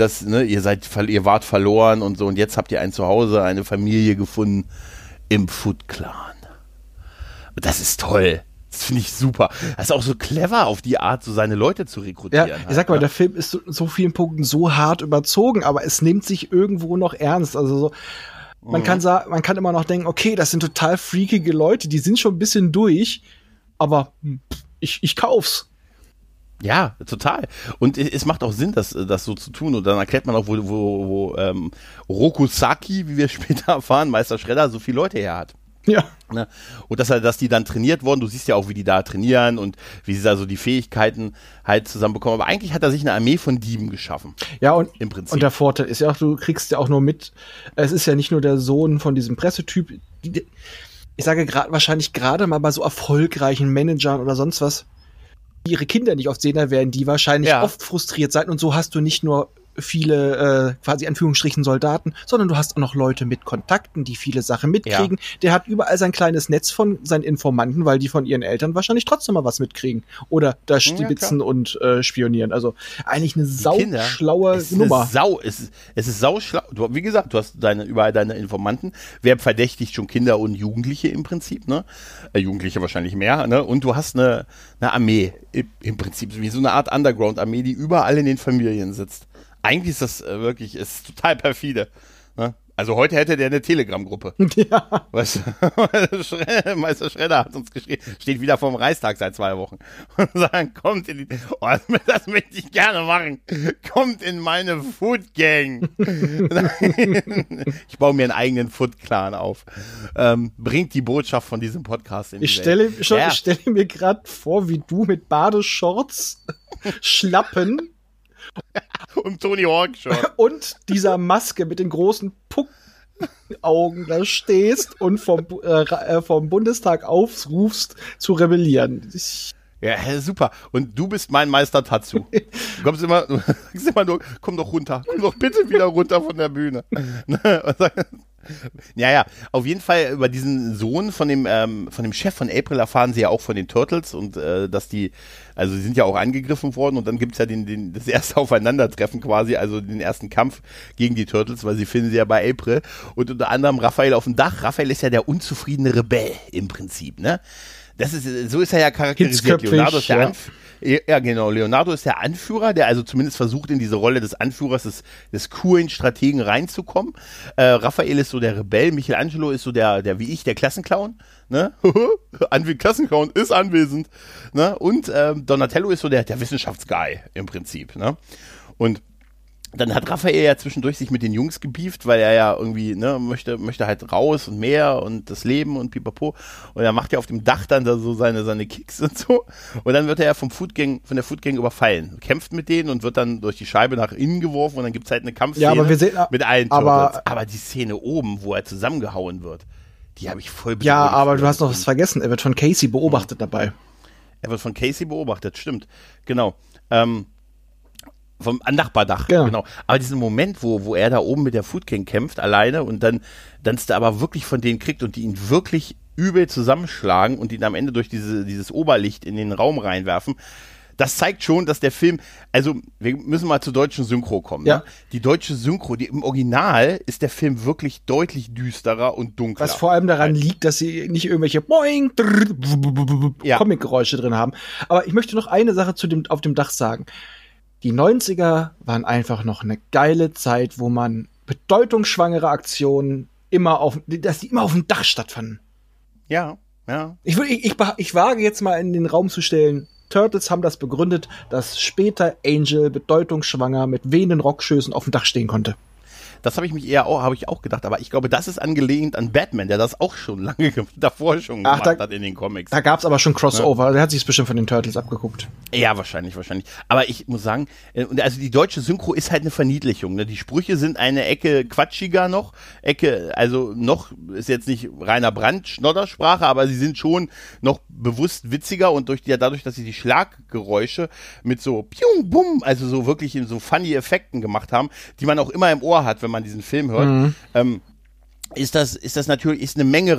ihr wart verloren und so und jetzt habt ihr ein Zuhause, eine Familie gefunden im Foot Clan. Und das ist toll, das finde ich super. Das ist auch so clever, auf die Art so seine Leute zu rekrutieren. Ja, ich sag mal, der Film ist so vielen Punkten so hart überzogen, aber es nimmt sich irgendwo noch ernst, also so. Man kann immer noch denken, okay, das sind total freakige Leute, die sind schon ein bisschen durch, aber ich kauf's. Ja, total. Und es macht auch Sinn, das so zu tun. Und dann erklärt man auch, wo Rokusaki, wie wir später erfahren, Meister Shredder, so viele Leute her hat. Ja. Ne? Und dass die dann trainiert wurden, du siehst ja auch, wie die da trainieren und wie sie da so die Fähigkeiten halt zusammenbekommen. Aber eigentlich hat er sich eine Armee von Dieben geschaffen. Ja, und im Prinzip. Und der Vorteil ist ja auch, du kriegst ja auch nur mit, es ist ja nicht nur der Sohn von diesem Pressetyp, ich sage wahrscheinlich gerade mal bei so erfolgreichen Managern oder sonst was, die ihre Kinder nicht oft sehen, da werden die wahrscheinlich oft frustriert sein und so hast du nicht nur viele, quasi Anführungsstrichen Soldaten, sondern du hast auch noch Leute mit Kontakten, die viele Sachen mitkriegen. Ja. Der hat überall sein kleines Netz von seinen Informanten, weil die von ihren Eltern wahrscheinlich trotzdem mal was mitkriegen. Oder da stibitzen und spionieren. Also eigentlich eine sauschlaue Nummer. Es ist sauschlau. Wie gesagt, du hast überall deine Informanten. Wer verdächtigt schon Kinder und Jugendliche im Prinzip, ne? Jugendliche wahrscheinlich mehr, ne? Und du hast eine Armee im Prinzip, wie so eine Art Underground-Armee, die überall in den Familien sitzt. Eigentlich ist das ist total perfide. Ne? Also heute hätte der eine Telegram-Gruppe. Ja. Weißt du? Meister Shredder hat uns geschrieben, steht wieder vorm Reichstag seit 2 Wochen. Und sagen, kommt in die, das möchte ich gerne machen. Kommt in meine Food Gang. Ich baue mir einen eigenen Foot Clan auf. Bringt die Botschaft von diesem Podcast in die Welt. Ich stelle mir gerade vor, wie du mit Badeshorts, Schlappen und Tony Hawk schon. Und dieser Maske mit den großen Puckaugen da stehst und vom Bundestag aufrufst zu rebellieren. Ja, super. Und du bist mein Meister Tatsu. Du sagst immer nur, komm doch runter. Komm doch bitte wieder runter von der Bühne. Ja, auf jeden Fall über diesen Sohn von dem Chef von April erfahren sie ja auch von den Turtles und dass die, also sie sind ja auch angegriffen worden und dann gibt's ja das erste Aufeinandertreffen quasi, also den ersten Kampf gegen die Turtles, weil sie finden sie ja bei April und unter anderem Raphael auf dem Dach. Raphael ist ja der unzufriedene Rebell im Prinzip, ne? So ist er ja charakterisiert. Leonardo ist der Ja, genau. Leonardo ist der Anführer, der also zumindest versucht, in diese Rolle des Anführers, des coolen Strategen reinzukommen. Raphael ist so der Rebell, Michelangelo ist so der wie ich, der Klassenclown. Ne? Klassenclown ist anwesend. Ne? Und Donatello ist so der Wissenschaftsguy im Prinzip. Ne? Und dann hat Raphael ja zwischendurch sich mit den Jungs gebieft, weil er ja irgendwie, ne, möchte halt raus und mehr und das Leben und pipapo. Und er macht ja auf dem Dach dann da so seine Kicks und so. Und dann wird er ja von der Footgang überfallen. Kämpft mit denen und wird dann durch die Scheibe nach innen geworfen und dann gibt's halt eine Kampfszene aber wir sehen, mit allen Turtles. Aber die Szene oben, wo er zusammengehauen wird, die habe ich voll bedroht. Ja, aber du hast noch was vergessen. Er wird von Casey beobachtet dabei. Er wird von Casey beobachtet, stimmt. Genau. Vom Nachbardach, ja. Genau. Aber diesen Moment, wo er da oben mit der Footgang kämpft, alleine und dann es da aber wirklich von denen kriegt und die ihn wirklich übel zusammenschlagen und ihn am Ende durch dieses Oberlicht in den Raum reinwerfen, das zeigt schon, dass der Film, also wir müssen mal zur deutschen Synchro kommen. Ja. Ne? Die deutsche Synchro, im Original ist der Film wirklich deutlich düsterer und dunkler. Was vor allem daran liegt, dass sie nicht irgendwelche Boing, Comic-Geräusche drin haben. Aber ich möchte noch eine Sache auf dem Dach sagen. Die 90er waren einfach noch eine geile Zeit, wo man bedeutungsschwangere Aktionen dass die immer auf dem Dach stattfanden. Ja, ja. Ich wage jetzt mal in den Raum zu stellen, Turtles haben das begründet, dass später Angel bedeutungsschwanger mit wehenden Rockschößen auf dem Dach stehen konnte. Das habe ich auch gedacht, aber ich glaube, das ist angelehnt an Batman, der das auch schon lange davor schon gemacht hat in den Comics. Da gab's aber schon Crossover, ja. Der hat sich bestimmt von den Turtles abgeguckt. Ja, wahrscheinlich. Aber ich muss sagen, also die deutsche Synchro ist halt eine Verniedlichung. Ne? Die Sprüche sind eine Ecke quatschiger noch, also noch ist jetzt nicht reiner Schnoddersprache, aber sie sind schon noch bewusst witziger und dadurch, dass sie die Schlaggeräusche mit so Pium, Bum, also so wirklich in so funny Effekten gemacht haben, die man auch immer im Ohr hat, wenn man diesen Film hört, ist das natürlich, eine Menge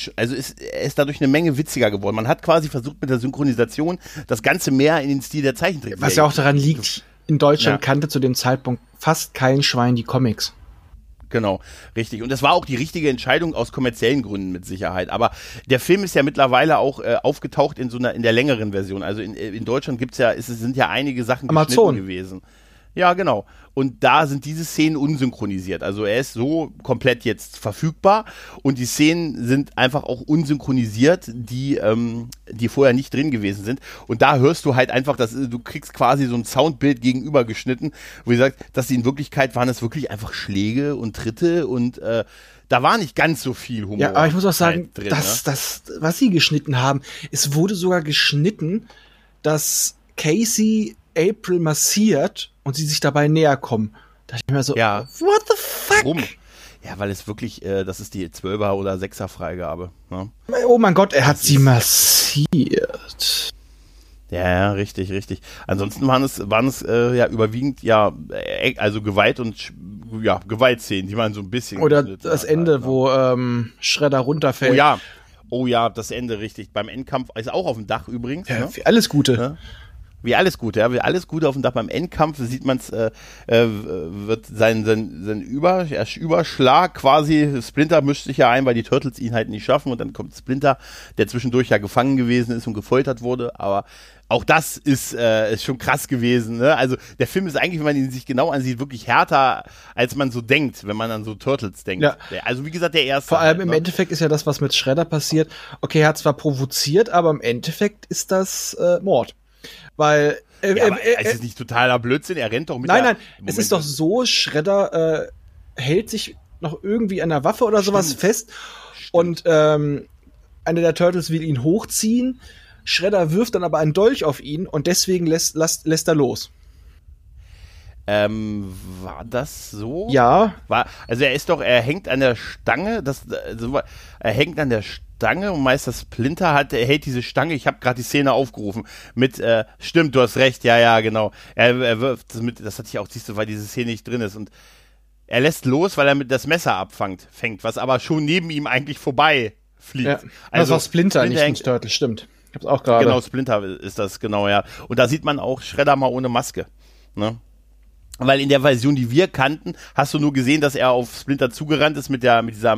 ist dadurch eine Menge witziger geworden. Man hat quasi versucht mit der Synchronisation das Ganze mehr in den Stil der Zeichentrickserie. Was ja auch daran liegt, in Deutschland kannte zu dem Zeitpunkt fast kein Schwein die Comics. Genau, richtig. Und das war auch die richtige Entscheidung aus kommerziellen Gründen mit Sicherheit. Aber der Film ist ja mittlerweile auch aufgetaucht in der längeren Version. Also in Deutschland sind ja einige Sachen Amazon geschnitten gewesen. Ja, genau. Und da sind diese Szenen unsynchronisiert. Also er ist so komplett jetzt verfügbar und die Szenen sind einfach auch unsynchronisiert, die vorher nicht drin gewesen sind. Und da hörst du halt einfach, du kriegst quasi so ein Soundbild gegenübergeschnitten, wo ihr sagt, dass in Wirklichkeit waren es wirklich einfach Schläge und Tritte und da war nicht ganz so viel Humor. Ja, aber ich muss auch sagen, drin, das, was sie geschnitten haben, es wurde sogar geschnitten, dass Casey April massiert und sie sich dabei näher kommen. Da dachte ich mir so, what the fuck? Warum? Ja, weil es wirklich, das ist die 12er oder 6er Freigabe. Ne? Oh mein Gott, er hat sie massiert. Ja, richtig. Ansonsten waren es überwiegend also Gewalt und Gewaltszenen, die waren so ein bisschen. Oder das Ende, halt, wo Shredder runterfällt. Oh ja, das Ende, richtig. Beim Endkampf ist auch auf dem Dach übrigens. Ja, ne? Alles Gute. Ja. Wie alles Gute auf dem Dach. Beim Endkampf sieht man es, wird sein Überschlag quasi, Splinter mischt sich ja ein, weil die Turtles ihn halt nicht schaffen und dann kommt Splinter, der zwischendurch ja gefangen gewesen ist und gefoltert wurde, aber auch das ist schon krass gewesen. Ne? Also der Film ist eigentlich, wenn man ihn sich genau ansieht, wirklich härter, als man so denkt, wenn man an so Turtles denkt. Ja. Also wie gesagt, der erste. Vor allem im Endeffekt ist ja das, was mit Shredder passiert. Okay, er hat zwar provoziert, aber im Endeffekt ist das Mord. Weil ist es nicht totaler Blödsinn? Er rennt doch mit Nein, es ist doch so, Shredder hält sich noch irgendwie an der Waffe oder sowas fest. Und einer der Turtles will ihn hochziehen. Shredder wirft dann aber einen Dolch auf ihn und deswegen lässt er los. War das so? Ja. Also er hängt an der Stange, er hängt an der Stange und Meister Splinter hält diese Stange, ich habe gerade die Szene aufgerufen, stimmt, du hast recht, ja, genau. Er wirft das mit, das hatte ich auch, siehst du, weil diese Szene nicht drin ist und er lässt los, weil er mit das Messer fängt, was aber schon neben ihm eigentlich vorbei fliegt. Ja, also das war Splinter nicht ein Turtle, stimmt. Ich hab's auch gerade. Genau, Splinter ist das, genau, ja. Und da sieht man auch Shredder mal ohne Maske. Ne? Weil in der Version, die wir kannten, hast du nur gesehen, dass er auf Splinter zugerannt ist mit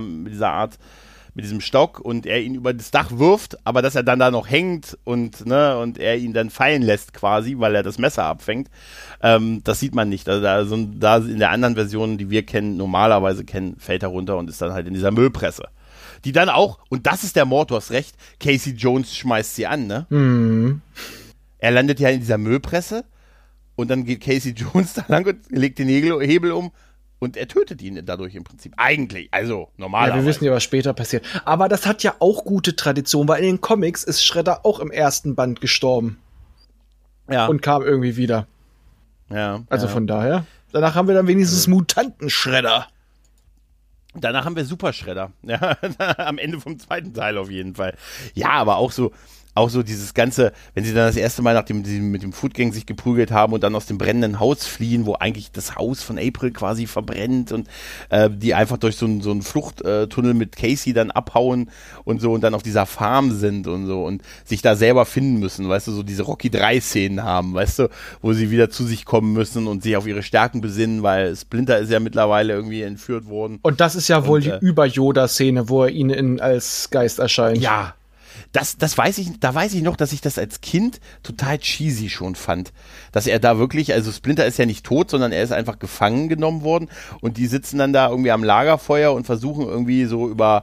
diesem Stock und er ihn über das Dach wirft, aber dass er dann da noch hängt und er ihn dann fallen lässt quasi, weil er das Messer abfängt, das sieht man nicht. Also da in der anderen Version, die wir normalerweise kennen, fällt er runter und ist dann halt in dieser Müllpresse. Die dann auch, und das ist der Mord, du hast recht, Casey Jones schmeißt sie an, ne? Mhm. Er landet ja in dieser Müllpresse und dann geht Casey Jones da lang und legt den Hebel um und er tötet ihn dadurch im Prinzip. Eigentlich, also normalerweise. Ja, wir wissen ja, was später passiert. Aber das hat ja auch gute Tradition, weil in den Comics ist Shredder auch im ersten Band gestorben. Ja. Und kam irgendwie wieder. Ja. Also von daher. Danach haben wir dann wenigstens Mutanten-Shredder. Danach haben wir Super Shredder. Ja, am Ende vom zweiten Teil auf jeden Fall. Ja, aber auch so dieses Ganze, wenn sie dann das erste Mal, nachdem sie mit dem Footgang sich geprügelt haben und dann aus dem brennenden Haus fliehen, wo eigentlich das Haus von April quasi verbrennt und die einfach durch so einen Fluchttunnel mit Casey dann abhauen und so und dann auf dieser Farm sind und so und sich da selber finden müssen, weißt du, so diese Rocky 3-Szenen haben, weißt du, wo sie wieder zu sich kommen müssen und sich auf ihre Stärken besinnen, weil Splinter ist ja mittlerweile irgendwie entführt worden. Und das ist ja wohl die Über-Yoda-Szene, wo er ihnen als Geist erscheint. Ja. Das weiß ich noch, dass ich das als Kind total cheesy schon fand. Dass er da wirklich, also Splinter ist ja nicht tot, sondern er ist einfach gefangen genommen worden und die sitzen dann da irgendwie am Lagerfeuer und versuchen irgendwie so über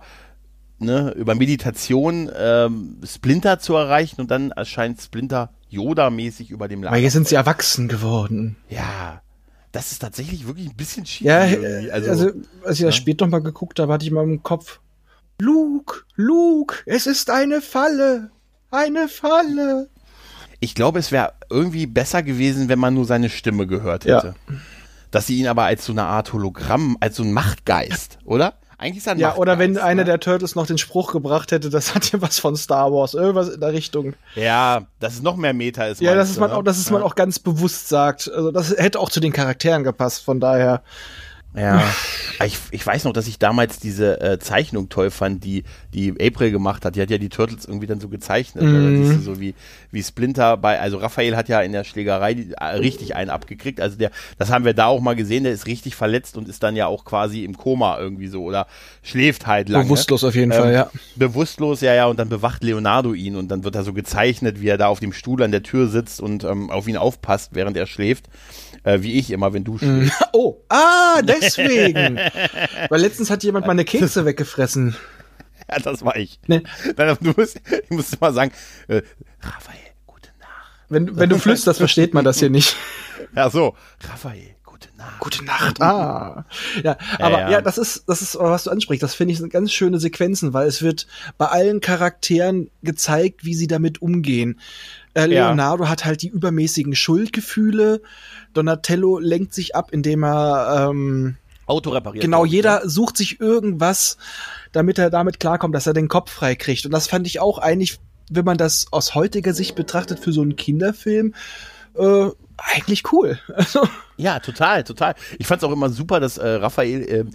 Meditation Splinter zu erreichen und dann erscheint Splinter Yoda-mäßig über dem Lagerfeuer. Aber jetzt sind sie erwachsen geworden. Ja, das ist tatsächlich wirklich ein bisschen cheesy. Ja, also als ich das später noch mal geguckt habe, hatte ich mal im Kopf, Luke, es ist eine Falle. Eine Falle. Ich glaube, es wäre irgendwie besser gewesen, wenn man nur seine Stimme gehört hätte. Ja. Dass sie ihn aber als so eine Art Hologramm, als so ein Machtgeist, oder? Eigentlich ist er ein Machtgeist. Ja, oder wenn einer der Turtles noch den Spruch gebracht hätte, das hat ja was von Star Wars, irgendwas in der Richtung. Ja, dass es noch mehr Meta ist. Ja, dass man auch ganz bewusst sagt. Also das hätte auch zu den Charakteren gepasst, von daher. Ja, ich weiß noch, dass ich damals diese Zeichnung toll fand, die April gemacht hat. Die hat ja die Turtles irgendwie dann so gezeichnet. Da siehst du so wie Splinter also Raphael hat ja in der Schlägerei richtig einen abgekriegt. Also das haben wir da auch mal gesehen, der ist richtig verletzt und ist dann ja auch quasi im Koma irgendwie so oder schläft halt lange. Bewusstlos auf jeden Fall, ja. Bewusstlos, ja, und dann bewacht Leonardo ihn und dann wird er so gezeichnet, wie er da auf dem Stuhl an der Tür sitzt und auf ihn aufpasst, während er schläft. Wie ich immer, wenn du schläfst. Oh, deswegen. Weil letztens hat jemand meine Kekse weggefressen. Ja, das war ich. Nee. Ich musste mal sagen, Raphael, gute Nacht. Wenn du flüsterst, versteht man das hier nicht. Ja, so, Raphael, gute Nacht. Gute Nacht. Ja, aber ja, das ist, was du ansprichst. Das finde ich sind ganz schöne Sequenzen, weil es wird bei allen Charakteren gezeigt, wie sie damit umgehen. Leonardo hat halt die übermäßigen Schuldgefühle. Donatello lenkt sich ab, indem er Auto repariert. Genau, jeder sucht sich irgendwas, damit er damit klarkommt, dass er den Kopf frei kriegt. Und das fand ich auch eigentlich, wenn man das aus heutiger Sicht betrachtet, für so einen Kinderfilm, eigentlich cool. Ja, total. Ich fand's auch immer super, dass Raphael,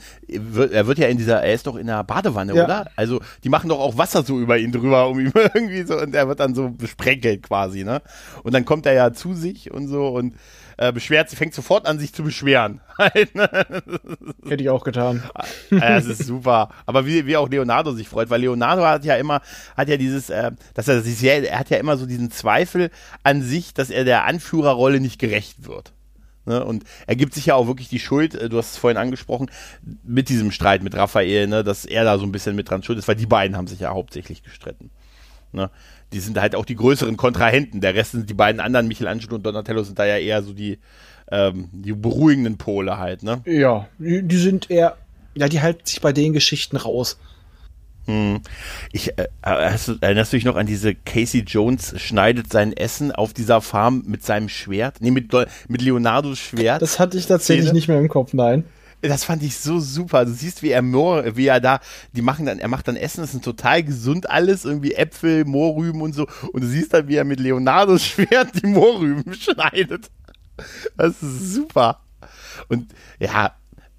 er ist doch in der Badewanne, ja. Oder? Also, die machen doch auch Wasser so über ihn drüber, um ihn irgendwie so, und er wird dann so besprenkelt quasi, ne? Und dann kommt er ja zu sich und so und fängt sofort an, sich zu beschweren. Hätte ich auch getan. Das ist super. Aber wie auch Leonardo sich freut, weil Leonardo hat ja dieses, er hat ja immer so diesen Zweifel an sich, dass er der Anführerrolle nicht gerecht wird. Ne? Und er gibt sich ja auch wirklich die Schuld, du hast es vorhin angesprochen, mit diesem Streit mit Raphael, ne, dass er da so ein bisschen mit dran schuld ist, weil die beiden haben sich ja hauptsächlich gestritten. Ne? Die sind halt auch die größeren Kontrahenten. Der Rest sind die beiden anderen, Michelangelo und Donatello, sind da ja eher so die beruhigenden Pole halt, ne? Ja, die sind eher, die halten sich bei den Geschichten raus. Erinnerst du dich noch an diese Casey Jones schneidet sein Essen auf dieser Farm mit seinem Schwert? Nee, mit Leonardos Schwert. Das hatte ich tatsächlich nicht mehr im Kopf, nein. Das fand ich so super. Du siehst, er macht dann Essen, das ist total gesund alles, irgendwie Äpfel, Mohrrüben und so. Und du siehst dann, wie er mit Leonardos Schwert die Mohrrüben schneidet. Das ist super. Und ja,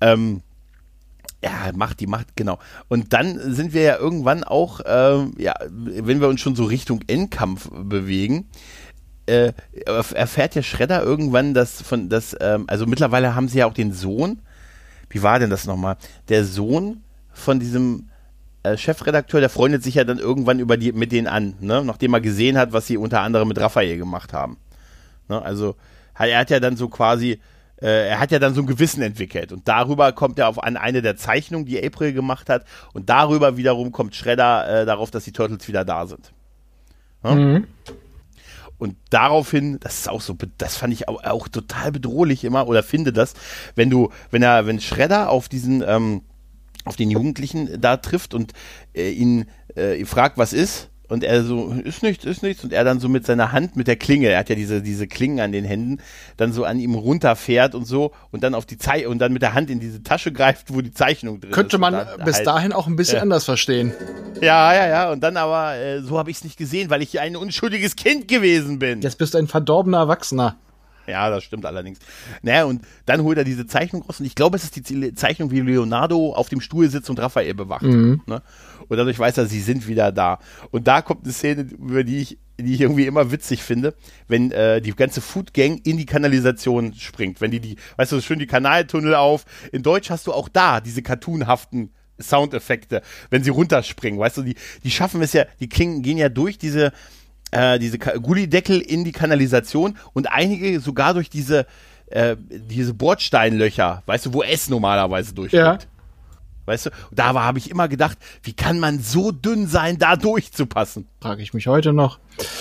Ja, genau. Und dann sind wir ja irgendwann auch, wenn wir uns schon so Richtung Endkampf bewegen, erfährt ja Shredder irgendwann, also mittlerweile haben sie ja auch den Sohn, wie war denn das nochmal? Der Sohn von diesem Chefredakteur, der freundet sich ja dann irgendwann mit denen an, ne? Nachdem er gesehen hat, was sie unter anderem mit Raphael gemacht haben. Ne? Also er hat ja dann so quasi, er hat ja dann so ein Gewissen entwickelt und darüber kommt er an eine der Zeichnungen, die April gemacht hat und darüber wiederum kommt Shredder darauf, dass die Turtles wieder da sind. Ne? Mhm. Und daraufhin, das ist auch so, das fand ich auch total bedrohlich immer, oder finde das, wenn Shredder auf auf den Jugendlichen da trifft und ihn fragt, was ist, und er so, ist nichts, und er dann so mit seiner Hand, mit der Klinge, er hat ja diese Klingen an den Händen, dann so an ihm runterfährt und so, und dann und dann mit der Hand in diese Tasche greift, wo die Zeichnung drin ist. Könnte man bis dahin auch ein bisschen anders verstehen. Ja, und dann aber, so habe ich es nicht gesehen, weil ich ein unschuldiges Kind gewesen bin. Jetzt bist du ein verdorbener Erwachsener. Ja, das stimmt allerdings. Naja, und dann holt er diese Zeichnung raus und ich glaube, es ist die Zeichnung, wie Leonardo auf dem Stuhl sitzt und Raphael bewacht. Mhm. Ne? Und dadurch weiß er, sie sind wieder da. Und da kommt eine Szene, über die ich irgendwie immer witzig finde, wenn die ganze Food Gang in die Kanalisation springt. Wenn weißt du, schön die Kanaltunnel auf. In Deutsch hast du auch da diese cartoonhaften Soundeffekte, wenn sie runterspringen. Weißt du, die schaffen es ja, die gehen ja durch diese Gullideckel in die Kanalisation und einige sogar durch diese Bordsteinlöcher, weißt du, wo es normalerweise durchgeht. Ja. Weißt du, da habe ich immer gedacht, wie kann man so dünn sein, da durchzupassen? Frage ich mich heute noch.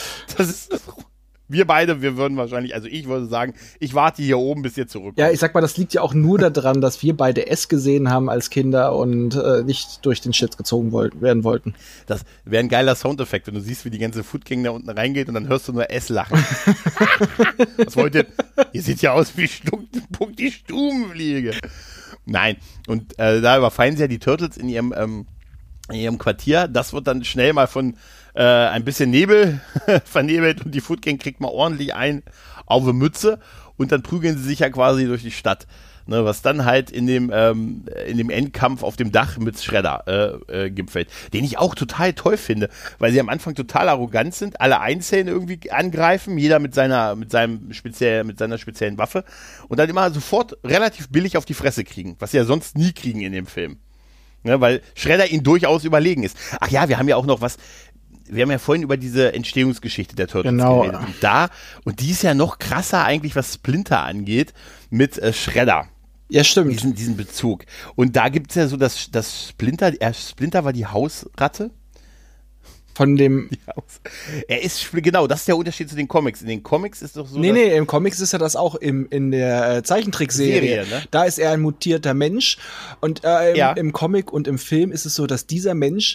Wir würden wahrscheinlich, also ich würde sagen, ich warte hier oben, bis ihr zurückkommt. Ja, ich sag mal, das liegt ja auch nur daran, dass wir beide S gesehen haben als Kinder und nicht durch den Schlitz gezogen werden wollten. Das wäre ein geiler Soundeffekt, wenn du siehst, wie die ganze Foodgang da unten reingeht und dann hörst du nur S lachen. Was wollt ihr? Ihr seht ja aus wie die Stubenfliege. Nein, und da überfallen sie ja die Turtles in ihrem Quartier. Das wird dann schnell mal von ein bisschen Nebel vernebelt und die Foodgang kriegt mal ordentlich auf die Mütze und dann prügeln sie sich ja quasi durch die Stadt. Ne, was dann halt in dem Endkampf auf dem Dach mit Shredder gipfelt, den ich auch total toll finde, weil sie am Anfang total arrogant sind, alle einzeln irgendwie angreifen, jeder mit seiner speziellen Waffe und dann immer sofort relativ billig auf die Fresse kriegen, was sie ja sonst nie kriegen in dem Film. Ne, weil Shredder ihnen durchaus überlegen ist. Ach ja, wir haben ja auch noch was. Wir haben ja vorhin über diese Entstehungsgeschichte der Turtles geredet. Und die ist ja noch krasser eigentlich, was Splinter angeht, mit Shredder. Ja, stimmt. Diesen Bezug. Und da gibt es ja so, dass Splinter war die Hausratte. Von dem. Genau, das ist der Unterschied zu den Comics. In den Comics ist doch so. Nee, im Comics ist ja das auch in der Zeichentrickserie. Ne? Da ist er ein mutierter Mensch. Und im Comic und im Film ist es so, dass dieser Mensch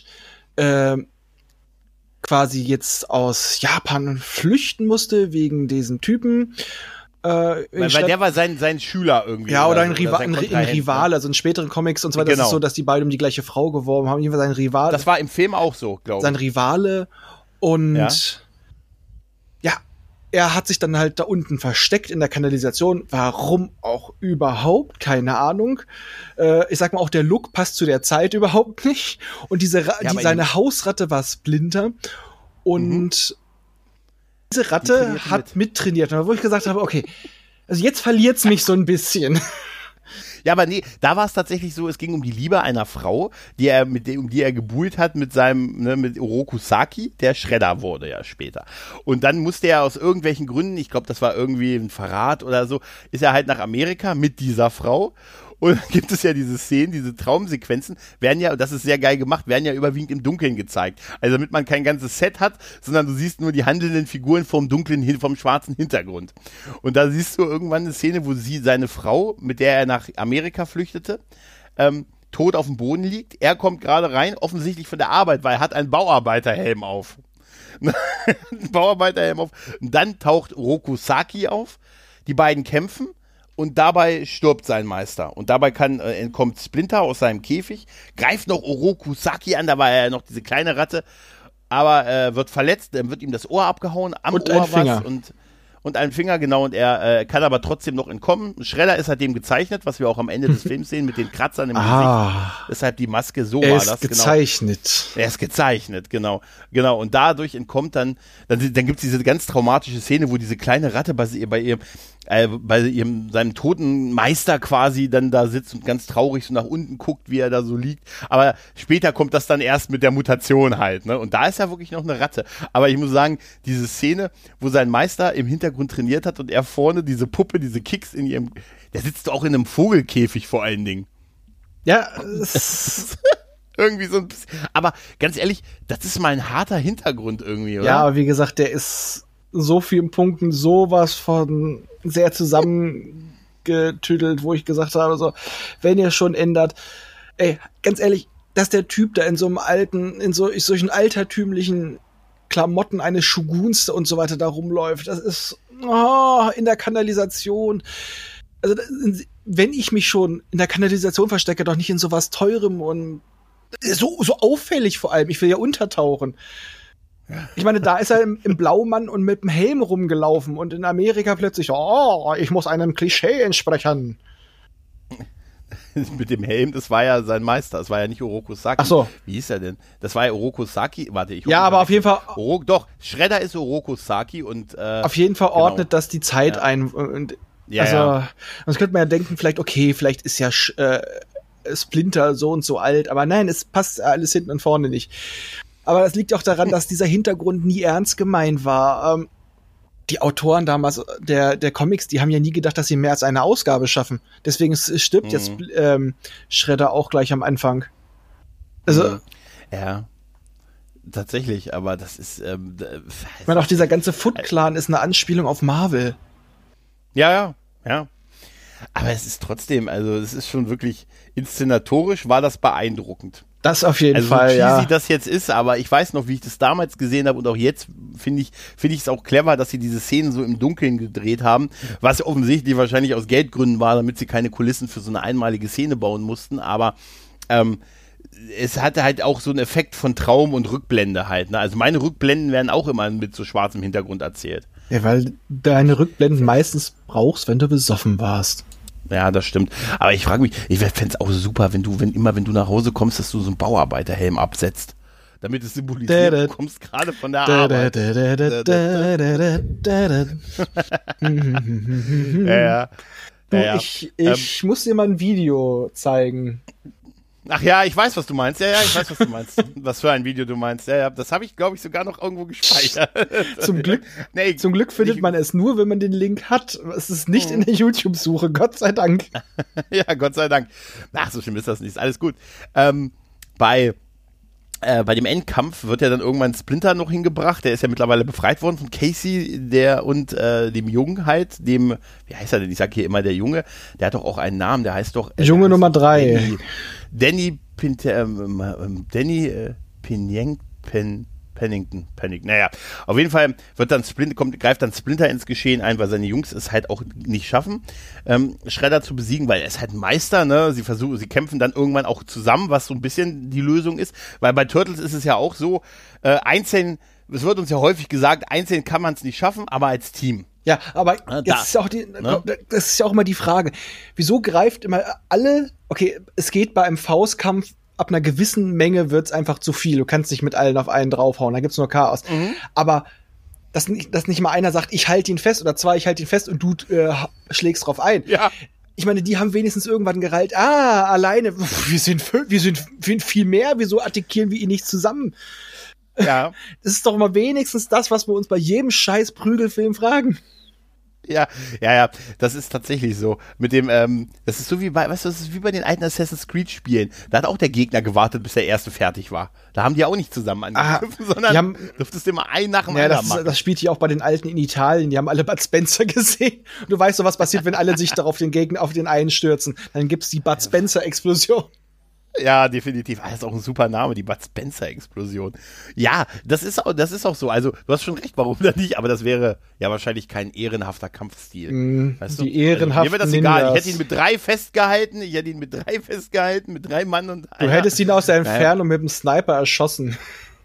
quasi jetzt aus Japan flüchten musste wegen diesen Typen. Weil der war sein Schüler irgendwie. Ja, oder ein Rivale, also in späteren Comics und so weiter. Genau. Das ist so, dass die beiden um die gleiche Frau geworben haben. Jedenfalls sein Rivale. Das war im Film auch so, glaube ich. Sein Rivale und er hat sich dann halt da unten versteckt in der Kanalisation. Warum auch überhaupt? Keine Ahnung. Ich sag mal, auch der Look passt zu der Zeit überhaupt nicht. Und seine Hausratte war Splinter. Und diese Ratte hat mittrainiert. Und wo ich gesagt habe, okay, also jetzt verliert's mich so ein bisschen. Ja, aber nee, da war es tatsächlich so, es ging um die Liebe einer Frau, um die er gebuhlt hat mit mit Oroku Saki, der Shredder wurde ja später. Und dann musste er aus irgendwelchen Gründen, ich glaube, das war irgendwie ein Verrat oder so, ist er halt nach Amerika mit dieser Frau. Und dann gibt es ja diese Szenen, diese Traumsequenzen, das ist sehr geil gemacht, werden ja überwiegend im Dunkeln gezeigt. Also damit man kein ganzes Set hat, sondern du siehst nur die handelnden Figuren vom schwarzen Hintergrund. Und da siehst du irgendwann eine Szene, wo seine Frau, mit der er nach Amerika flüchtete, tot auf dem Boden liegt. Er kommt gerade rein, offensichtlich von der Arbeit, weil er hat einen Bauarbeiterhelm auf. Und dann taucht Oroku Saki auf, die beiden kämpfen. Und dabei stirbt sein Meister. Und dabei entkommt Splinter aus seinem Käfig, greift noch Oroku Saki an, da war er ja noch diese kleine Ratte, aber wird verletzt, dann wird ihm das Ohr abgehauen, am und Ohr ein Finger. und und einen Finger, genau, und er kann aber trotzdem noch entkommen. Shredder ist halt dem gezeichnet, was wir auch am Ende des Films sehen, mit den Kratzern im Gesicht. Deshalb die Maske, so war das. Er ist gezeichnet. Genau. Er ist gezeichnet, genau. Genau, und dadurch entkommt dann gibt es diese ganz traumatische Szene, wo diese kleine Ratte bei seinem toten Meister quasi dann da sitzt und ganz traurig so nach unten guckt, wie er da so liegt. Aber später kommt das dann erst mit der Mutation halt, ne? Und da ist ja wirklich noch eine Ratte. Aber ich muss sagen, diese Szene, wo sein Meister im Hintergrund trainiert hat und er vorne diese Puppe, diese Kicks der sitzt auch in einem Vogelkäfig vor allen Dingen. Ja, irgendwie so ein bisschen. Aber ganz ehrlich, das ist mal ein harter Hintergrund irgendwie, oder? Ja, aber wie gesagt, der ist so vielen Punkten sowas von sehr zusammengetüdelt, wo ich gesagt habe, so, wenn ihr schon ändert, ey, ganz ehrlich, dass der Typ da in solchen altertümlichen Klamotten eines Shoguns und so weiter da rumläuft, das ist in der Kanalisation. Also, wenn ich mich schon in der Kanalisation verstecke, doch nicht in sowas Teurem und so auffällig vor allem. Ich will ja untertauchen. Ich meine, da ist er im Blaumann und mit dem Helm rumgelaufen und in Amerika plötzlich, ich muss einem Klischee entsprechen. Mit dem Helm, das war ja sein Meister, das war ja nicht Oroku Saki. Ach so. Wie hieß er denn? Das war ja Oroku Saki, Ja, aber auf jeden Fall. Doch, Shredder ist Oroku Saki und auf jeden Fall ordnet das die Zeit ein. Und, sonst könnte man ja denken, vielleicht ist ja Splinter so und so alt, aber nein, es passt alles hinten und vorne nicht. Aber das liegt auch daran, dass dieser Hintergrund nie ernst gemeint war. Die Autoren damals der Comics, die haben ja nie gedacht, dass sie mehr als eine Ausgabe schaffen. Deswegen stirbt jetzt Shredder auch gleich am Anfang. Also ja, tatsächlich, aber das ist ich meine, auch dieser ganze Foot-Clan ist eine Anspielung auf Marvel. Ja. Aber es ist trotzdem, also es ist schon wirklich inszenatorisch war das beeindruckend. Das auf jeden Fall, so cheesy das jetzt ist, aber ich weiß noch, wie ich das damals gesehen habe und auch jetzt finde ich es auch clever, dass sie diese Szenen so im Dunkeln gedreht haben, was offensichtlich wahrscheinlich aus Geldgründen war, damit sie keine Kulissen für so eine einmalige Szene bauen mussten, aber es hatte halt auch so einen Effekt von Traum und Rückblende halt, ne? Also meine Rückblenden werden auch immer mit so schwarzem Hintergrund erzählt. Ja, weil deine Rückblenden meistens brauchst, wenn du besoffen warst. Ja, das stimmt. Aber ich frage mich, ich fände es auch super, wenn du nach Hause kommst, dass du so einen Bauarbeiterhelm absetzt. Damit es symbolisiert, du kommst gerade von der Arbeit. Ich muss dir mal ein Video zeigen. Ach ja, ich weiß, was du meinst. Ja, ich weiß, was du meinst. Was für ein Video du meinst. Ja, das habe ich, glaube ich, sogar noch irgendwo gespeichert. Zum Glück findet man es nur, wenn man den Link hat. Es ist nicht in der YouTube-Suche, Gott sei Dank. Ja, Gott sei Dank. Ach, so schlimm ist das nicht. Ist alles gut. Bei dem Endkampf wird ja dann irgendwann Splinter noch hingebracht. Der ist ja mittlerweile befreit worden von Casey, dem Jungen halt, wie heißt er denn? Ich sag hier immer der Junge. Der hat doch auch einen Namen, der heißt doch Junge Nummer 3. Danny Pennington. Naja, auf jeden Fall greift dann Splinter ins Geschehen ein, weil seine Jungs es halt auch nicht schaffen, Shredder zu besiegen, weil er ist halt ein Meister, ne? Sie kämpfen dann irgendwann auch zusammen, was so ein bisschen die Lösung ist, weil bei Turtles ist es ja auch so, einzeln, es wird uns ja häufig gesagt, einzeln kann man es nicht schaffen, aber als Team. Ja, aber das ist ja auch immer die Frage, wieso greift immer es geht bei einem Faustkampf, ab einer gewissen Menge wird's einfach zu viel. Du kannst nicht mit allen auf einen draufhauen, da gibt's nur Chaos. Aber dass nicht mal einer sagt, ich halte ihn fest, oder zwei, ich halte ihn fest und du schlägst drauf ein. Ja. Ich meine, die haben wenigstens irgendwann gereilt, alleine, wir sind viel mehr, wieso attackieren wir ihn nicht zusammen? Ja. Das ist doch mal wenigstens das, was wir uns bei jedem scheiß Prügelfilm fragen. Ja, das ist tatsächlich so. Mit dem, das ist so wie das ist wie bei den alten Assassin's Creed Spielen. Da hat auch der Gegner gewartet, bis der erste fertig war. Da haben die auch nicht zusammen angegriffen, sondern durftest du immer einen nach dem anderen machen. Das spielt hier auch bei den alten in Italien. Die haben alle Bud Spencer gesehen. Und du weißt doch, was passiert, wenn alle sich auf den einen stürzen. Dann gibt's die Bud Spencer Explosion. Ja, definitiv. Das ist auch ein super Name, die Bud Spencer-Explosion. Ja, das ist auch so. Also, du hast schon recht, warum da nicht, aber das wäre ja wahrscheinlich kein ehrenhafter Kampfstil. Weißt du? Die ehrenhaften mir wäre das egal. Ich hätte ihn mit 3 festgehalten, mit 3 Mann und du hättest ihn aus der Entfernung mit dem Sniper erschossen.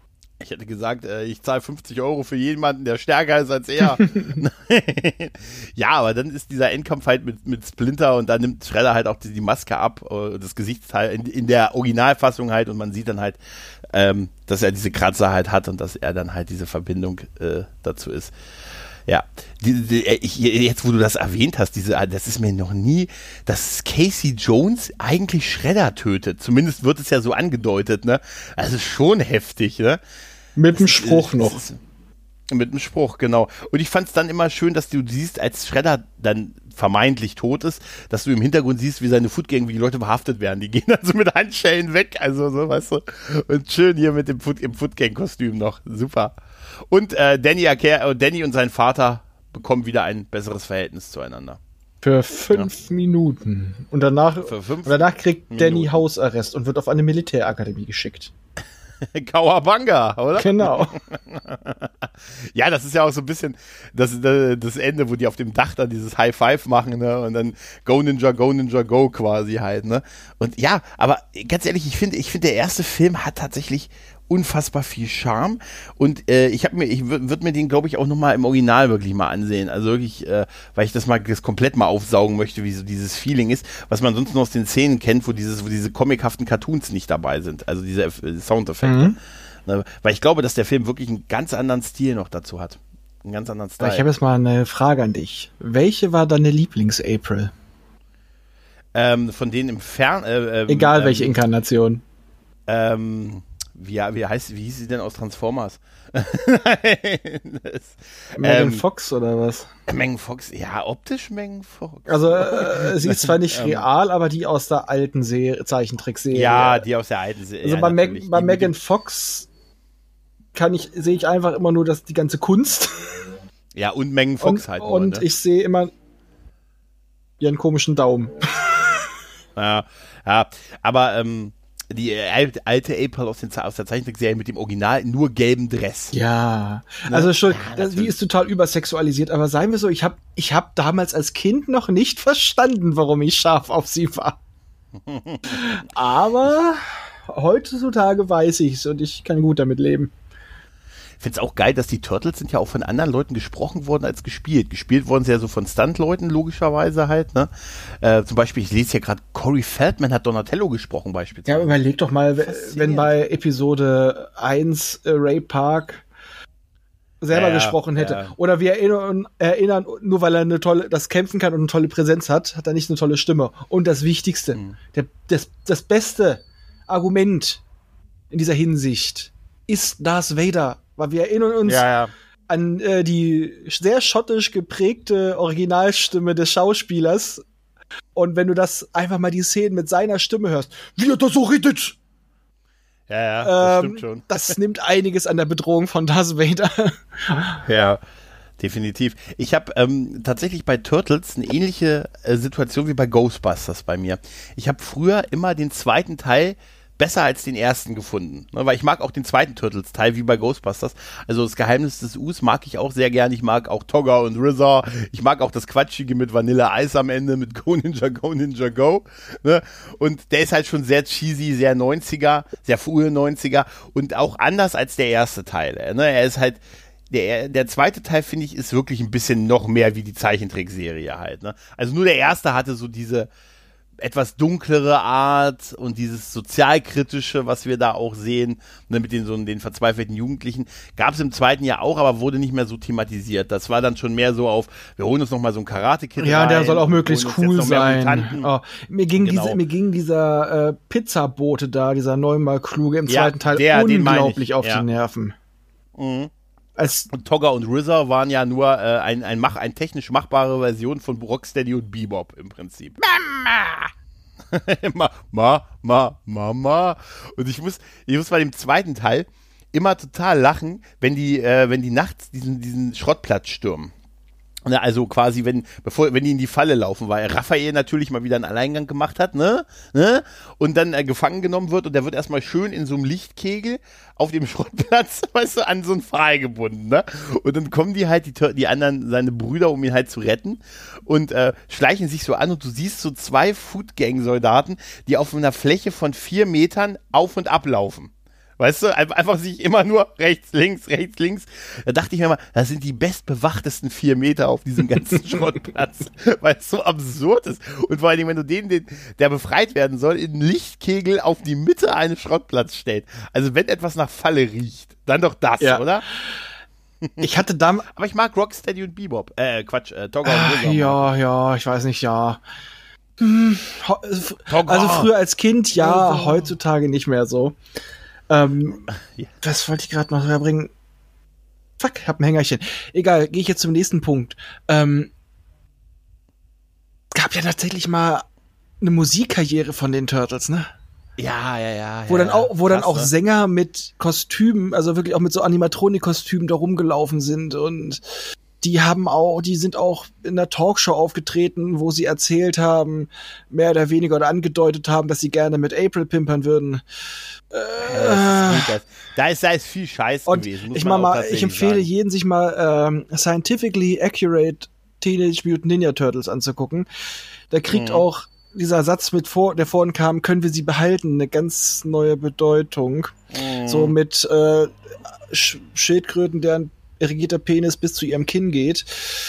Ich hätte gesagt, ich zahle 50 € für jemanden, der stärker ist als er. Ja, aber dann ist dieser Endkampf halt mit Splinter und da nimmt Shredder halt auch die Maske ab, das Gesichtsteil in der Originalfassung halt und man sieht dann halt, dass er diese Kratzer halt hat und dass er dann halt diese Verbindung dazu ist. Ja, jetzt wo du das erwähnt hast, das ist mir noch nie, dass Casey Jones eigentlich Shredder tötet. Zumindest wird es ja so angedeutet, ne? Also schon heftig, ne? Mit dem Spruch noch. Mit dem Spruch, genau. Und ich fand es dann immer schön, dass du siehst, als Shredder dann vermeintlich tot ist, dass du im Hintergrund siehst, wie seine Footgang, wie die Leute verhaftet werden. Die gehen dann so mit Handschellen weg, also so, weißt du. Und schön hier mit dem im Footgang-Kostüm noch. Super. Und Danny und sein Vater bekommen wieder ein besseres Verhältnis zueinander. Für 5 Minuten. Und danach kriegt Danny Hausarrest und wird auf eine Militärakademie geschickt. Kawabanga, oder? Genau. Ja, das ist ja auch so ein bisschen das Ende, wo die auf dem Dach dann dieses High Five machen, ne? Und dann Go Ninja, Go quasi halt, ne? Und ja, aber ganz ehrlich, ich finde, der erste Film hat tatsächlich unfassbar viel Charme und ich würde mir den, glaube ich, auch nochmal im Original wirklich mal ansehen, also wirklich, weil ich das komplett mal aufsaugen möchte, wie so dieses Feeling ist, was man sonst nur aus den Szenen kennt, wo diese comichaften Cartoons nicht dabei sind, also diese Soundeffekte. Ne, weil ich glaube, dass der Film wirklich einen ganz anderen Stil noch dazu hat. Einen ganz anderen Style. Ich habe jetzt mal eine Frage an dich. Welche war deine Lieblings-April? Von denen im Egal welche Inkarnation. Wie hieß sie denn aus Transformers? Megan Fox oder was? Megan Fox, ja, optisch Megan Fox. Also sie ist zwar nicht real, aber die aus der alten Zeichentrickserie. Ja, die aus der alten Serie. Also bei Megan Fox sehe ich einfach immer nur die ganze Kunst. Ja, und Megan Fox halt. Und ich sehe immer ihren komischen Daumen. Ja, aber die alte April aus der Zeichentrickserie mit dem Original nur gelben Dress. Ja, also schon, die ist total übersexualisiert, aber seien wir so, ich hab damals als Kind noch nicht verstanden, warum ich scharf auf sie war. Aber heutzutage weiß ich's und ich kann gut damit leben. Ich finde es auch geil, dass die Turtles sind ja auch von anderen Leuten gesprochen worden als gespielt. Gespielt wurden sie ja so von Stunt-Leuten, logischerweise halt, ne? Zum Beispiel, ich lese hier gerade, Corey Feldman hat Donatello gesprochen beispielsweise. Ja, überleg doch mal, wenn bei Episode 1 Ray Park selber gesprochen hätte. Ja. Oder wir erinnern, nur weil er das kämpfen kann und eine tolle Präsenz hat er nicht eine tolle Stimme. Und das Wichtigste, das beste Argument in dieser Hinsicht ist Darth Vader. Weil wir erinnern uns an die sehr schottisch geprägte Originalstimme des Schauspielers. Und wenn du das einfach mal die Szenen mit seiner Stimme hörst, wie er das so redet! Ja, das stimmt schon. Das nimmt einiges an der Bedrohung von Darth Vader. Ja, definitiv. Ich habe tatsächlich bei Turtles eine ähnliche Situation wie bei Ghostbusters bei mir. Ich habe früher immer den zweiten Teil besser als den ersten gefunden, ne, weil ich mag auch den zweiten Turtles-Teil, wie bei Ghostbusters, also das Geheimnis des Us mag ich auch sehr gern, ich mag auch Togga und RZA, ich mag auch das Quatschige mit Vanille-Eis am Ende, mit Go Ninja, Go, ne, und der ist halt schon sehr cheesy, sehr 90er, sehr frühe 90er und auch anders als der erste Teil, ne, er ist halt, der zweite Teil, finde ich, ist wirklich ein bisschen noch mehr wie die Zeichentrickserie halt, ne, also nur der erste hatte so diese etwas dunklere Art und dieses sozialkritische, was wir da auch sehen, ne, mit den verzweifelten Jugendlichen, gab es im zweiten Jahr auch, aber wurde nicht mehr so thematisiert. Das war dann schon mehr so auf, wir holen uns noch mal so einen Karate-Kid rein. Der soll auch möglichst cool sein. Oh, mir ging dieser Pizzabote da, dieser Neumar Kluge im zweiten Teil unglaublich auf die Nerven. Mhm. Und Togga und RZA waren ja nur ein technisch machbare Version von Rocksteady und Bebop im Prinzip. Mama. Und ich muss bei dem zweiten Teil immer total lachen, wenn die nachts diesen Schrottplatz stürmen. Also quasi, wenn die in die Falle laufen, weil Raphael natürlich mal wieder einen Alleingang gemacht hat, ne? Und dann gefangen genommen wird und der wird erstmal schön in so einem Lichtkegel auf dem Schrottplatz, weißt du, an so einen Pfahl gebunden, ne? Und dann kommen die halt, die anderen, seine Brüder, um ihn halt zu retten und schleichen sich so an und du siehst so 2 Footgang-Soldaten, die auf einer Fläche von 4 Metern auf und ab laufen. Weißt du, einfach sich immer nur rechts, links. Da dachte ich mir mal, das sind die bestbewachtesten 4 Meter auf diesem ganzen Schrottplatz, weil es so absurd ist. Und vor allem, wenn du der befreit werden soll, in einen Lichtkegel auf die Mitte eines Schrottplatzes stellt. Also wenn etwas nach Falle riecht, dann doch das, oder? Ich hatte damals... Aber ich mag Rocksteady und Bebop. Togger und Booger. Ja, ich weiß nicht, ja. Also früher als Kind, ja, heutzutage nicht mehr so. Was wollte ich gerade noch herbringen? Fuck, ich hab ein Hängerchen. Egal, gehe ich jetzt zum nächsten Punkt. Es gab ja tatsächlich mal eine Musikkarriere von den Turtles, ne? Ja. Wo dann auch Sänger mit Kostümen, also wirklich auch mit so Animatronik-Kostümen da rumgelaufen sind und die sind auch in einer Talkshow aufgetreten, wo sie erzählt haben, mehr oder weniger oder angedeutet haben, dass sie gerne mit April pimpern würden. Da ist viel Scheiß gewesen. Ich empfehle jeden, sich mal Scientifically Accurate Teenage Mutant Ninja Turtles anzugucken. Da kriegt auch dieser Satz der vorhin kam, können wir sie behalten, eine ganz neue Bedeutung. So mit Schildkröten, deren irrigierter Penis bis zu ihrem Kinn geht.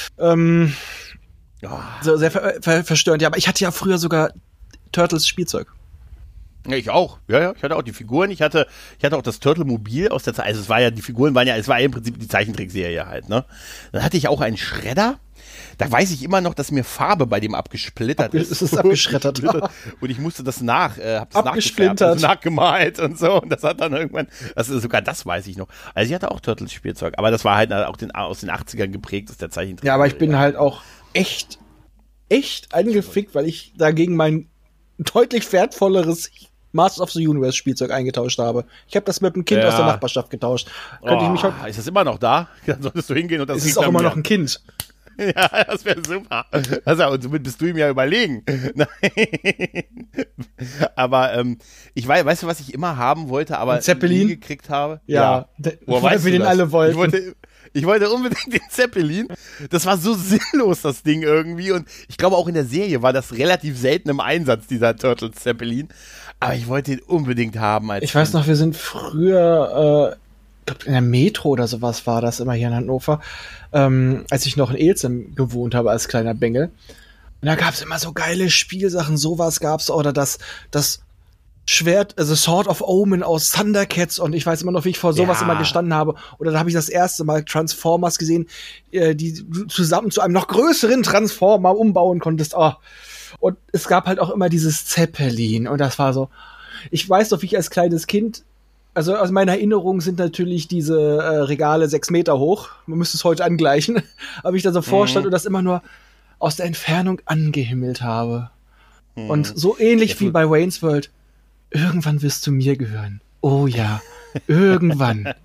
So sehr verstörend. Ja, aber ich hatte ja früher sogar Turtles Spielzeug. Ja, ich auch. Ja, ich hatte auch die Figuren. Ich hatte auch das Turtle-Mobil aus der Zeit. Also es war ja im Prinzip die Zeichentrickserie halt, ne? Dann hatte ich auch einen Schredder. Da weiß ich immer noch, dass mir Farbe bei dem abgesplittert ist. Es ist abgeschreddert. Und ich musste das abgesplintert, nachgemalt und so. Und das hat dann irgendwann, sogar das weiß ich noch. Also ich hatte auch Turtles-Spielzeug, aber das war halt auch aus den 80ern geprägt, aus der Zeichentrick. Ja, aber ich bin halt auch echt angefickt, weil ich dagegen mein deutlich wertvolleres Masters of the Universe Spielzeug eingetauscht habe. Ich habe das mit einem Kind aus der Nachbarschaft getauscht. Ist das immer noch da? Dann solltest du hingehen und das ist auch immer noch ein Kind. Ja, das wäre super. Und somit bist du ihm ja überlegen. Nein. Aber weißt du, was ich immer haben wollte, aber nie gekriegt habe? Ja. Weil wir den alle wollten. Ich wollte unbedingt den Zeppelin. Das war so sinnlos, das Ding irgendwie. Und ich glaube, auch in der Serie war das relativ selten im Einsatz, dieser Turtles Zeppelin. Aber ich wollte ihn unbedingt haben. Ich weiß noch, wir sind früher, ich glaube, in der Metro oder sowas war das immer hier in Hannover, als ich noch in Elzem gewohnt habe als kleiner Bengel. Und da gab's immer so geile Spielsachen. Sowas gab's, oder das Schwert, also Sword of Omen aus Thundercats, und ich weiß immer noch, wie ich vor sowas immer gestanden habe. Oder da habe ich das erste Mal Transformers gesehen, die du zusammen zu einem noch größeren Transformer umbauen konntest. Oh. Und es gab halt auch immer dieses Zeppelin, und das war so, ich weiß noch, wie ich als kleines Kind, also aus meiner Erinnerung sind natürlich diese Regale 6 Meter hoch, man müsste es heute angleichen, aber ich da so vorstand und das immer nur aus der Entfernung angehimmelt habe. Und so ähnlich wie bei Wayne's World, irgendwann wirst du mir gehören. Oh ja, irgendwann.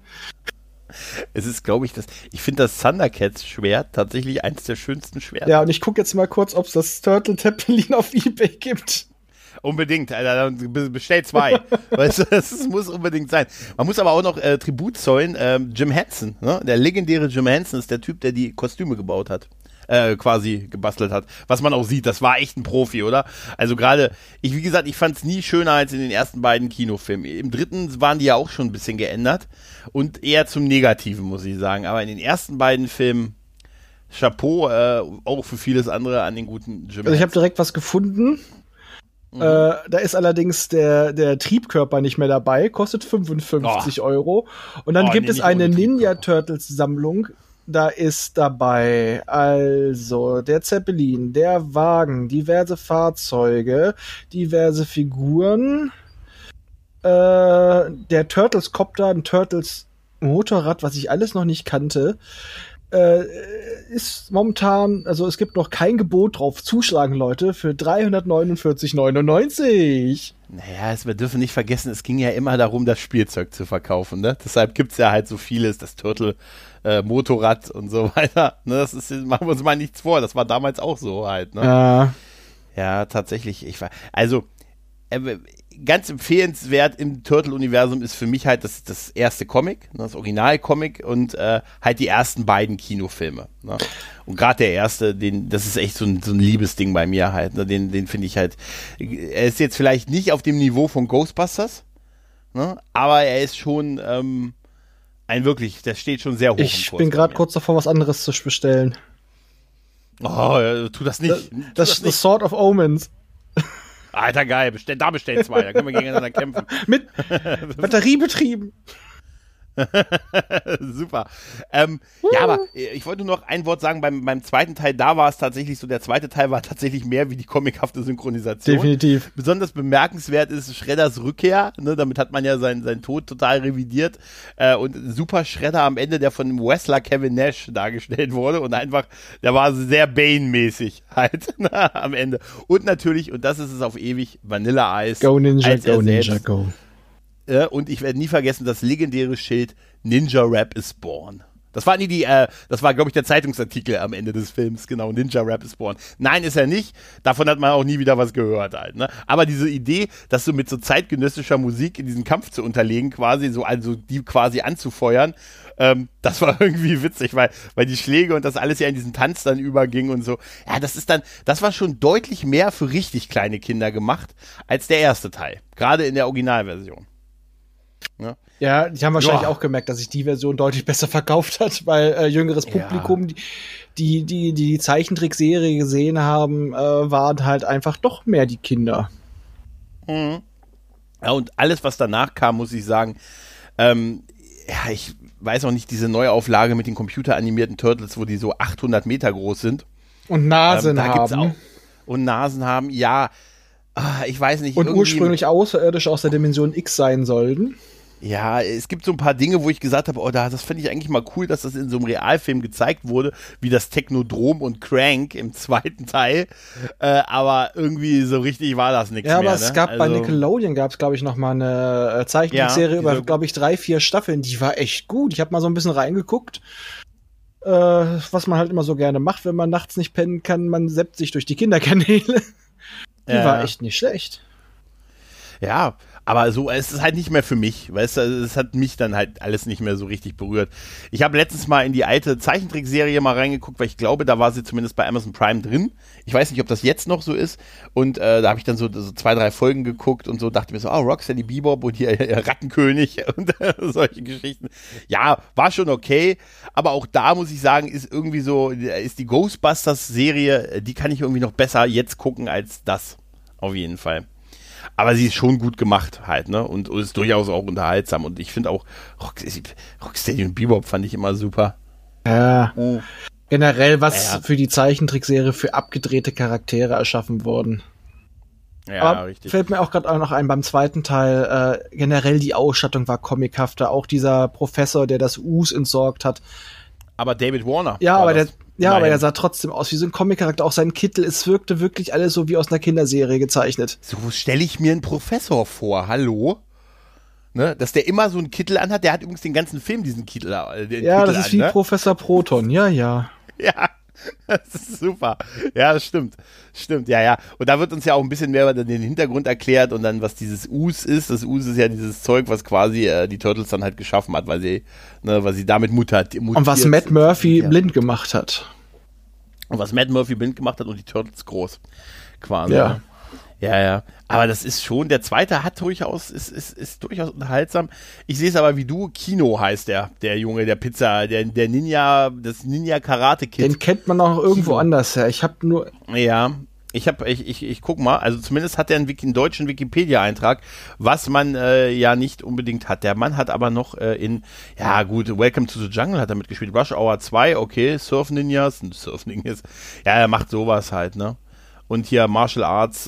Es ist, glaube ich, ich finde das Thundercats-Schwert tatsächlich eins der schönsten Schwerter. Ja, und ich gucke jetzt mal kurz, ob es das Turtle Zeppelin auf eBay gibt. Unbedingt, Alter, bestell 2. Weißt du, das muss unbedingt sein. Man muss aber auch noch Tribut zollen. Jim Henson, ne? Der legendäre Jim Henson ist der Typ, der die Kostüme gebaut hat. Quasi gebastelt hat. Was man auch sieht, das war echt ein Profi, oder? Also gerade, wie gesagt, ich fand es nie schöner als in den ersten beiden Kinofilmen. Im dritten waren die ja auch schon ein bisschen geändert und eher zum Negativen, muss ich sagen. Aber in den ersten beiden Filmen, Chapeau, auch für vieles andere an den guten Jim Henson. Also ich habe direkt was gefunden. Da ist allerdings der Triebkörper nicht mehr dabei, kostet 55 Euro. Und dann gibt es eine Ninja Turtles Sammlung. Da ist dabei also der Zeppelin, der Wagen, diverse Fahrzeuge, diverse Figuren, der Turtles-Copter, ein Turtles-Motorrad, was ich alles noch nicht kannte, ist momentan, also es gibt noch kein Gebot drauf. Zuschlagen, Leute, für 349,99. Naja, wir dürfen nicht vergessen, es ging ja immer darum, das Spielzeug zu verkaufen, ne? Deshalb gibt's ja halt so vieles, das Turtle Motorrad und so weiter. Ne? Machen wir uns mal nichts vor, das war damals auch so halt. Ne? Ja, tatsächlich. Ganz empfehlenswert im Turtle-Universum ist für mich halt das erste Comic, das Original-Comic und halt die ersten beiden Kinofilme. Ne? Und gerade der erste, das ist echt so ein Liebesding bei mir halt. Ne? Den finde ich halt, er ist jetzt vielleicht nicht auf dem Niveau von Ghostbusters, Ne? Aber er ist schon der steht schon sehr hoch. Ich bin gerade kurz davor, was anderes zu bestellen. Oh, tu das nicht. Das ist The Sword of Omens. Alter, geil. Bestellen 2, da können wir gegeneinander kämpfen. Mit Batteriebetrieben. Super. Ja, aber ich wollte nur noch ein Wort sagen, beim zweiten Teil, da war es tatsächlich so, der zweite Teil war tatsächlich mehr wie die comichafte Synchronisation. Definitiv. Besonders bemerkenswert ist Shredders Rückkehr, ne, damit hat man ja seinen Tod total revidiert und super Shredder am Ende, der von dem Wrestler Kevin Nash dargestellt wurde und einfach, der war sehr Bane-mäßig halt am Ende. Und natürlich, und das ist es auf ewig, Vanilla Ice. Go Ninja, go Ninja, go. Und ich werde nie vergessen, das legendäre Schild Ninja Rap is born. Das war glaube ich, der Zeitungsartikel am Ende des Films, genau, Ninja Rap is born. Nein, ist er nicht, davon hat man auch nie wieder was gehört halt, ne? Aber diese Idee, das so mit so zeitgenössischer Musik in diesen Kampf zu unterlegen quasi, so, also die quasi anzufeuern, das war irgendwie witzig, weil die Schläge und das alles ja in diesen Tanz dann überging und so. Ja, das war schon deutlich mehr für richtig kleine Kinder gemacht, als der erste Teil, gerade in der Originalversion. Ne? Ja, die haben wahrscheinlich auch gemerkt, dass sich die Version deutlich besser verkauft hat, weil jüngeres Publikum, die Zeichentrickserie gesehen haben, waren halt einfach doch mehr die Kinder. Mhm. Ja, und alles, was danach kam, muss ich sagen, ich weiß auch nicht, diese Neuauflage mit den computeranimierten Turtles, wo die so 800 Meter groß sind. Und Nasen haben. Und Nasen haben, ja. Ich weiß nicht. Und ursprünglich Außerirdische aus der Dimension X sein sollten. Ja, es gibt so ein paar Dinge, wo ich gesagt habe, das finde ich eigentlich mal cool, dass das in so einem Realfilm gezeigt wurde, wie das Technodrom und Crank im zweiten Teil. Aber irgendwie so richtig war das nichts mehr. Ja, aber es gab bei Nickelodeon, glaube ich, noch mal eine Zeichentrickserie über, glaube ich, 3-4 Staffeln. Die war echt gut. Ich habe mal so ein bisschen reingeguckt. Was man halt immer so gerne macht, wenn man nachts nicht pennen kann. Man seppt sich durch die Kinderkanäle. Die war echt nicht schlecht. Ja, aber so, es ist halt nicht mehr für mich, weißt du, es hat mich dann halt alles nicht mehr so richtig berührt. Ich habe letztens mal in die alte Zeichentrickserie mal reingeguckt, weil ich glaube, da war sie zumindest bei Amazon Prime drin. Ich weiß nicht, ob das jetzt noch so ist. Und da habe ich dann so 2-3 Folgen geguckt und so dachte mir so, Rocksteady Bebop und hier Rattenkönig und solche Geschichten. Ja, war schon okay, aber auch da muss ich sagen, ist irgendwie so, ist die Ghostbusters-Serie, die kann ich irgendwie noch besser jetzt gucken als das. Auf jeden Fall. Aber sie ist schon gut gemacht halt, ne? Und ist durchaus auch unterhaltsam. Und ich finde auch Rocksteady und Bebop fand ich immer super. Ja. Generell, was für die Zeichentrickserie für abgedrehte Charaktere erschaffen wurden. Ja, aber richtig. Fällt mir auch gerade noch ein, beim zweiten Teil, generell die Ausstattung war comichafter. Auch dieser Professor, der das Us entsorgt hat. Aber David Warner. Ja, aber der sah trotzdem aus wie so ein Comic-Charakter. Auch sein Kittel, es wirkte wirklich alles so wie aus einer Kinderserie gezeichnet. So stelle ich mir einen Professor vor, hallo? Ne? Dass der immer so einen Kittel anhat. Der hat übrigens den ganzen Film diesen Kittel. Das ist wie Professor Proton, ja. Ja, das ist super. Ja, das stimmt. Ja. Und da wird uns ja auch ein bisschen mehr über den Hintergrund erklärt und dann, was dieses Us ist. Das Us ist ja dieses Zeug, was quasi die Turtles dann halt geschaffen hat, weil sie damit mutiert. Und was Matt Murphy blind gemacht hat. Und die Turtles groß. Quasi. Ja. Ja. Aber das ist schon, der zweite hat durchaus, ist durchaus unterhaltsam. Ich sehe es aber wie du, Kino heißt der Junge, der Pizza, der Ninja, das Ninja-Karate-Kid. Den kennt man auch irgendwo anders her. Ich habe nur... Ja, ich guck mal, also zumindest hat er einen deutschen Wikipedia-Eintrag, was man ja nicht unbedingt hat. Der Mann hat aber noch Welcome to the Jungle hat er mitgespielt, Rush Hour 2, okay, Surf Ninjas, ja, er macht sowas halt, ne? Und hier Martial Arts,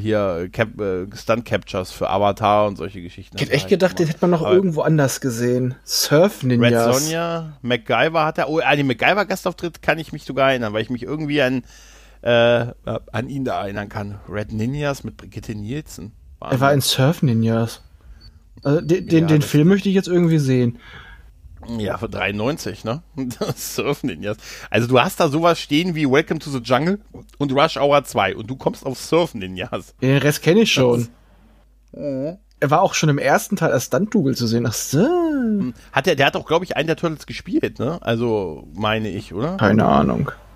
Stunt Captures für Avatar und solche Geschichten. Ich hätte echt gedacht, den hätte man noch irgendwo anders gesehen. Surf Ninjas. Red Sonja, MacGyver hat er. Den MacGyver-Gastauftritt kann ich mich sogar erinnern, weil ich mich irgendwie an ihn da erinnern kann. Red Ninjas mit Brigitte Nielsen. Er war in Surf Ninjas. Also den Film möchte ich jetzt irgendwie sehen. Ja, von 93, ne? Surf Ninjas. Also du hast da sowas stehen wie Welcome to the Jungle und Rush Hour 2 und du kommst auf Surf Ninjas. Den Rest kenne ich schon. Er war auch schon im ersten Teil als Stunt-Double zu sehen. Ach so. Der hat auch, glaube ich, einen der Turtles gespielt, ne? Also, meine ich, oder? Keine Ahnung.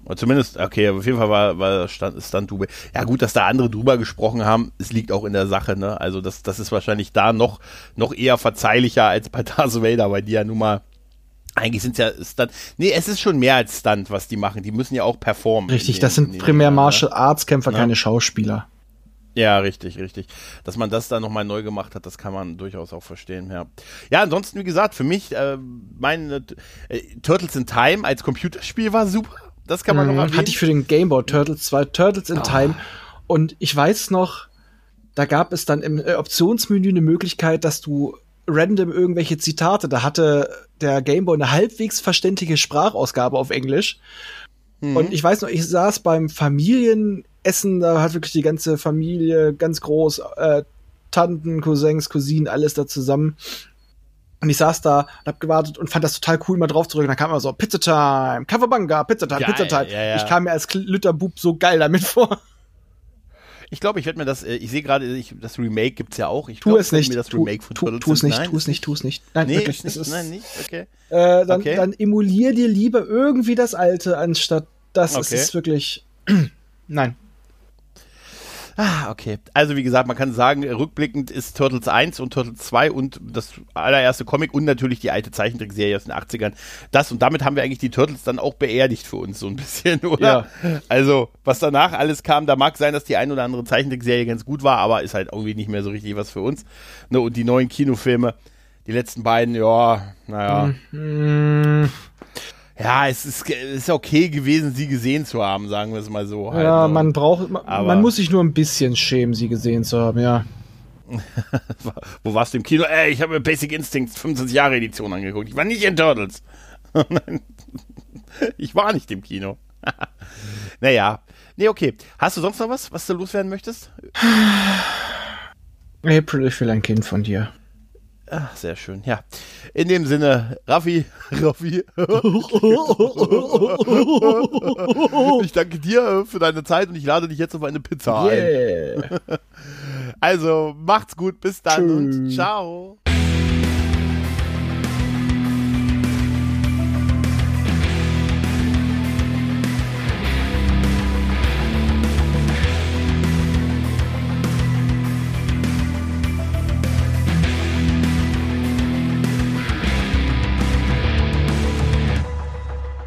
Zumindest, okay, auf jeden Fall war Stunt-Double. Ja gut, dass da andere drüber gesprochen haben, es liegt auch in der Sache, ne? Also das ist wahrscheinlich da noch eher verzeihlicher als bei Darth Vader, weil die ja nun mal, eigentlich sind es ja Stunt. Nee, es ist schon mehr als Stunt, was die machen. Die müssen ja auch performen. Richtig, das sind primär Martial Arts Kämpfer, keine Schauspieler. Ja, richtig. Dass man das da nochmal neu gemacht hat, das kann man durchaus auch verstehen, ja. Ja, ansonsten, wie gesagt, für mich, Turtles in Time als Computerspiel war super. Das kann man noch erwähnen. Hatte ich für den Game Boy Turtles 2, Turtles in Time. Und ich weiß noch, da gab es dann im Optionsmenü eine Möglichkeit, dass du random irgendwelche Zitate, da hatte der Game Boy eine halbwegs verständliche Sprachausgabe auf Englisch. Und ich weiß noch, ich saß beim Familienessen, da hat wirklich die ganze Familie ganz groß, Tanten, Cousins, Cousinen, alles da zusammen. Und ich saß da und hab gewartet und fand das total cool, mal drauf zu drücken. Dann kam immer so, Pizza Time, Kawabanga, Pizza Time, Pizza Time. Ja. Ich kam mir als Lütterbub so geil damit vor. Ich glaube, ich werde mir das, ich sehe gerade, das Remake gibt's ja auch. Tu es nicht. Tu es nicht. Nein, nee, wirklich. Nein, nicht, okay. Dann emulier dir lieber irgendwie das Alte, anstatt das. Okay. Es ist wirklich, nein. Okay. Also wie gesagt, man kann sagen, rückblickend ist Turtles 1 und Turtles 2 und das allererste Comic und natürlich die alte Zeichentrickserie aus den 80ern. Und damit haben wir eigentlich die Turtles dann auch beerdigt für uns so ein bisschen, oder? Ja. Also, was danach alles kam, da mag sein, dass die ein oder andere Zeichentrickserie ganz gut war, aber ist halt irgendwie nicht mehr so richtig was für uns. Ne, und die neuen Kinofilme, die letzten beiden, ja, naja. Ja, es ist okay gewesen, sie gesehen zu haben, sagen wir es mal so. Halt, ja, man muss sich nur ein bisschen schämen, sie gesehen zu haben, ja. Wo warst du im Kino? Ich habe mir Basic Instincts 25 Jahre Edition angeguckt. Ich war nicht in Turtles. Ich war nicht im Kino. Naja. Nee, okay. Hast du sonst noch was du loswerden möchtest? April, ich will ein Kind von dir. Ach, sehr schön, ja. In dem Sinne, Raffi. Ich danke dir für deine Zeit und ich lade dich jetzt auf eine Pizza ein. Also, macht's gut, bis dann und ciao.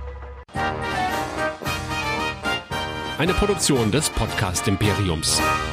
Eine Produktion des Podcast Imperiums.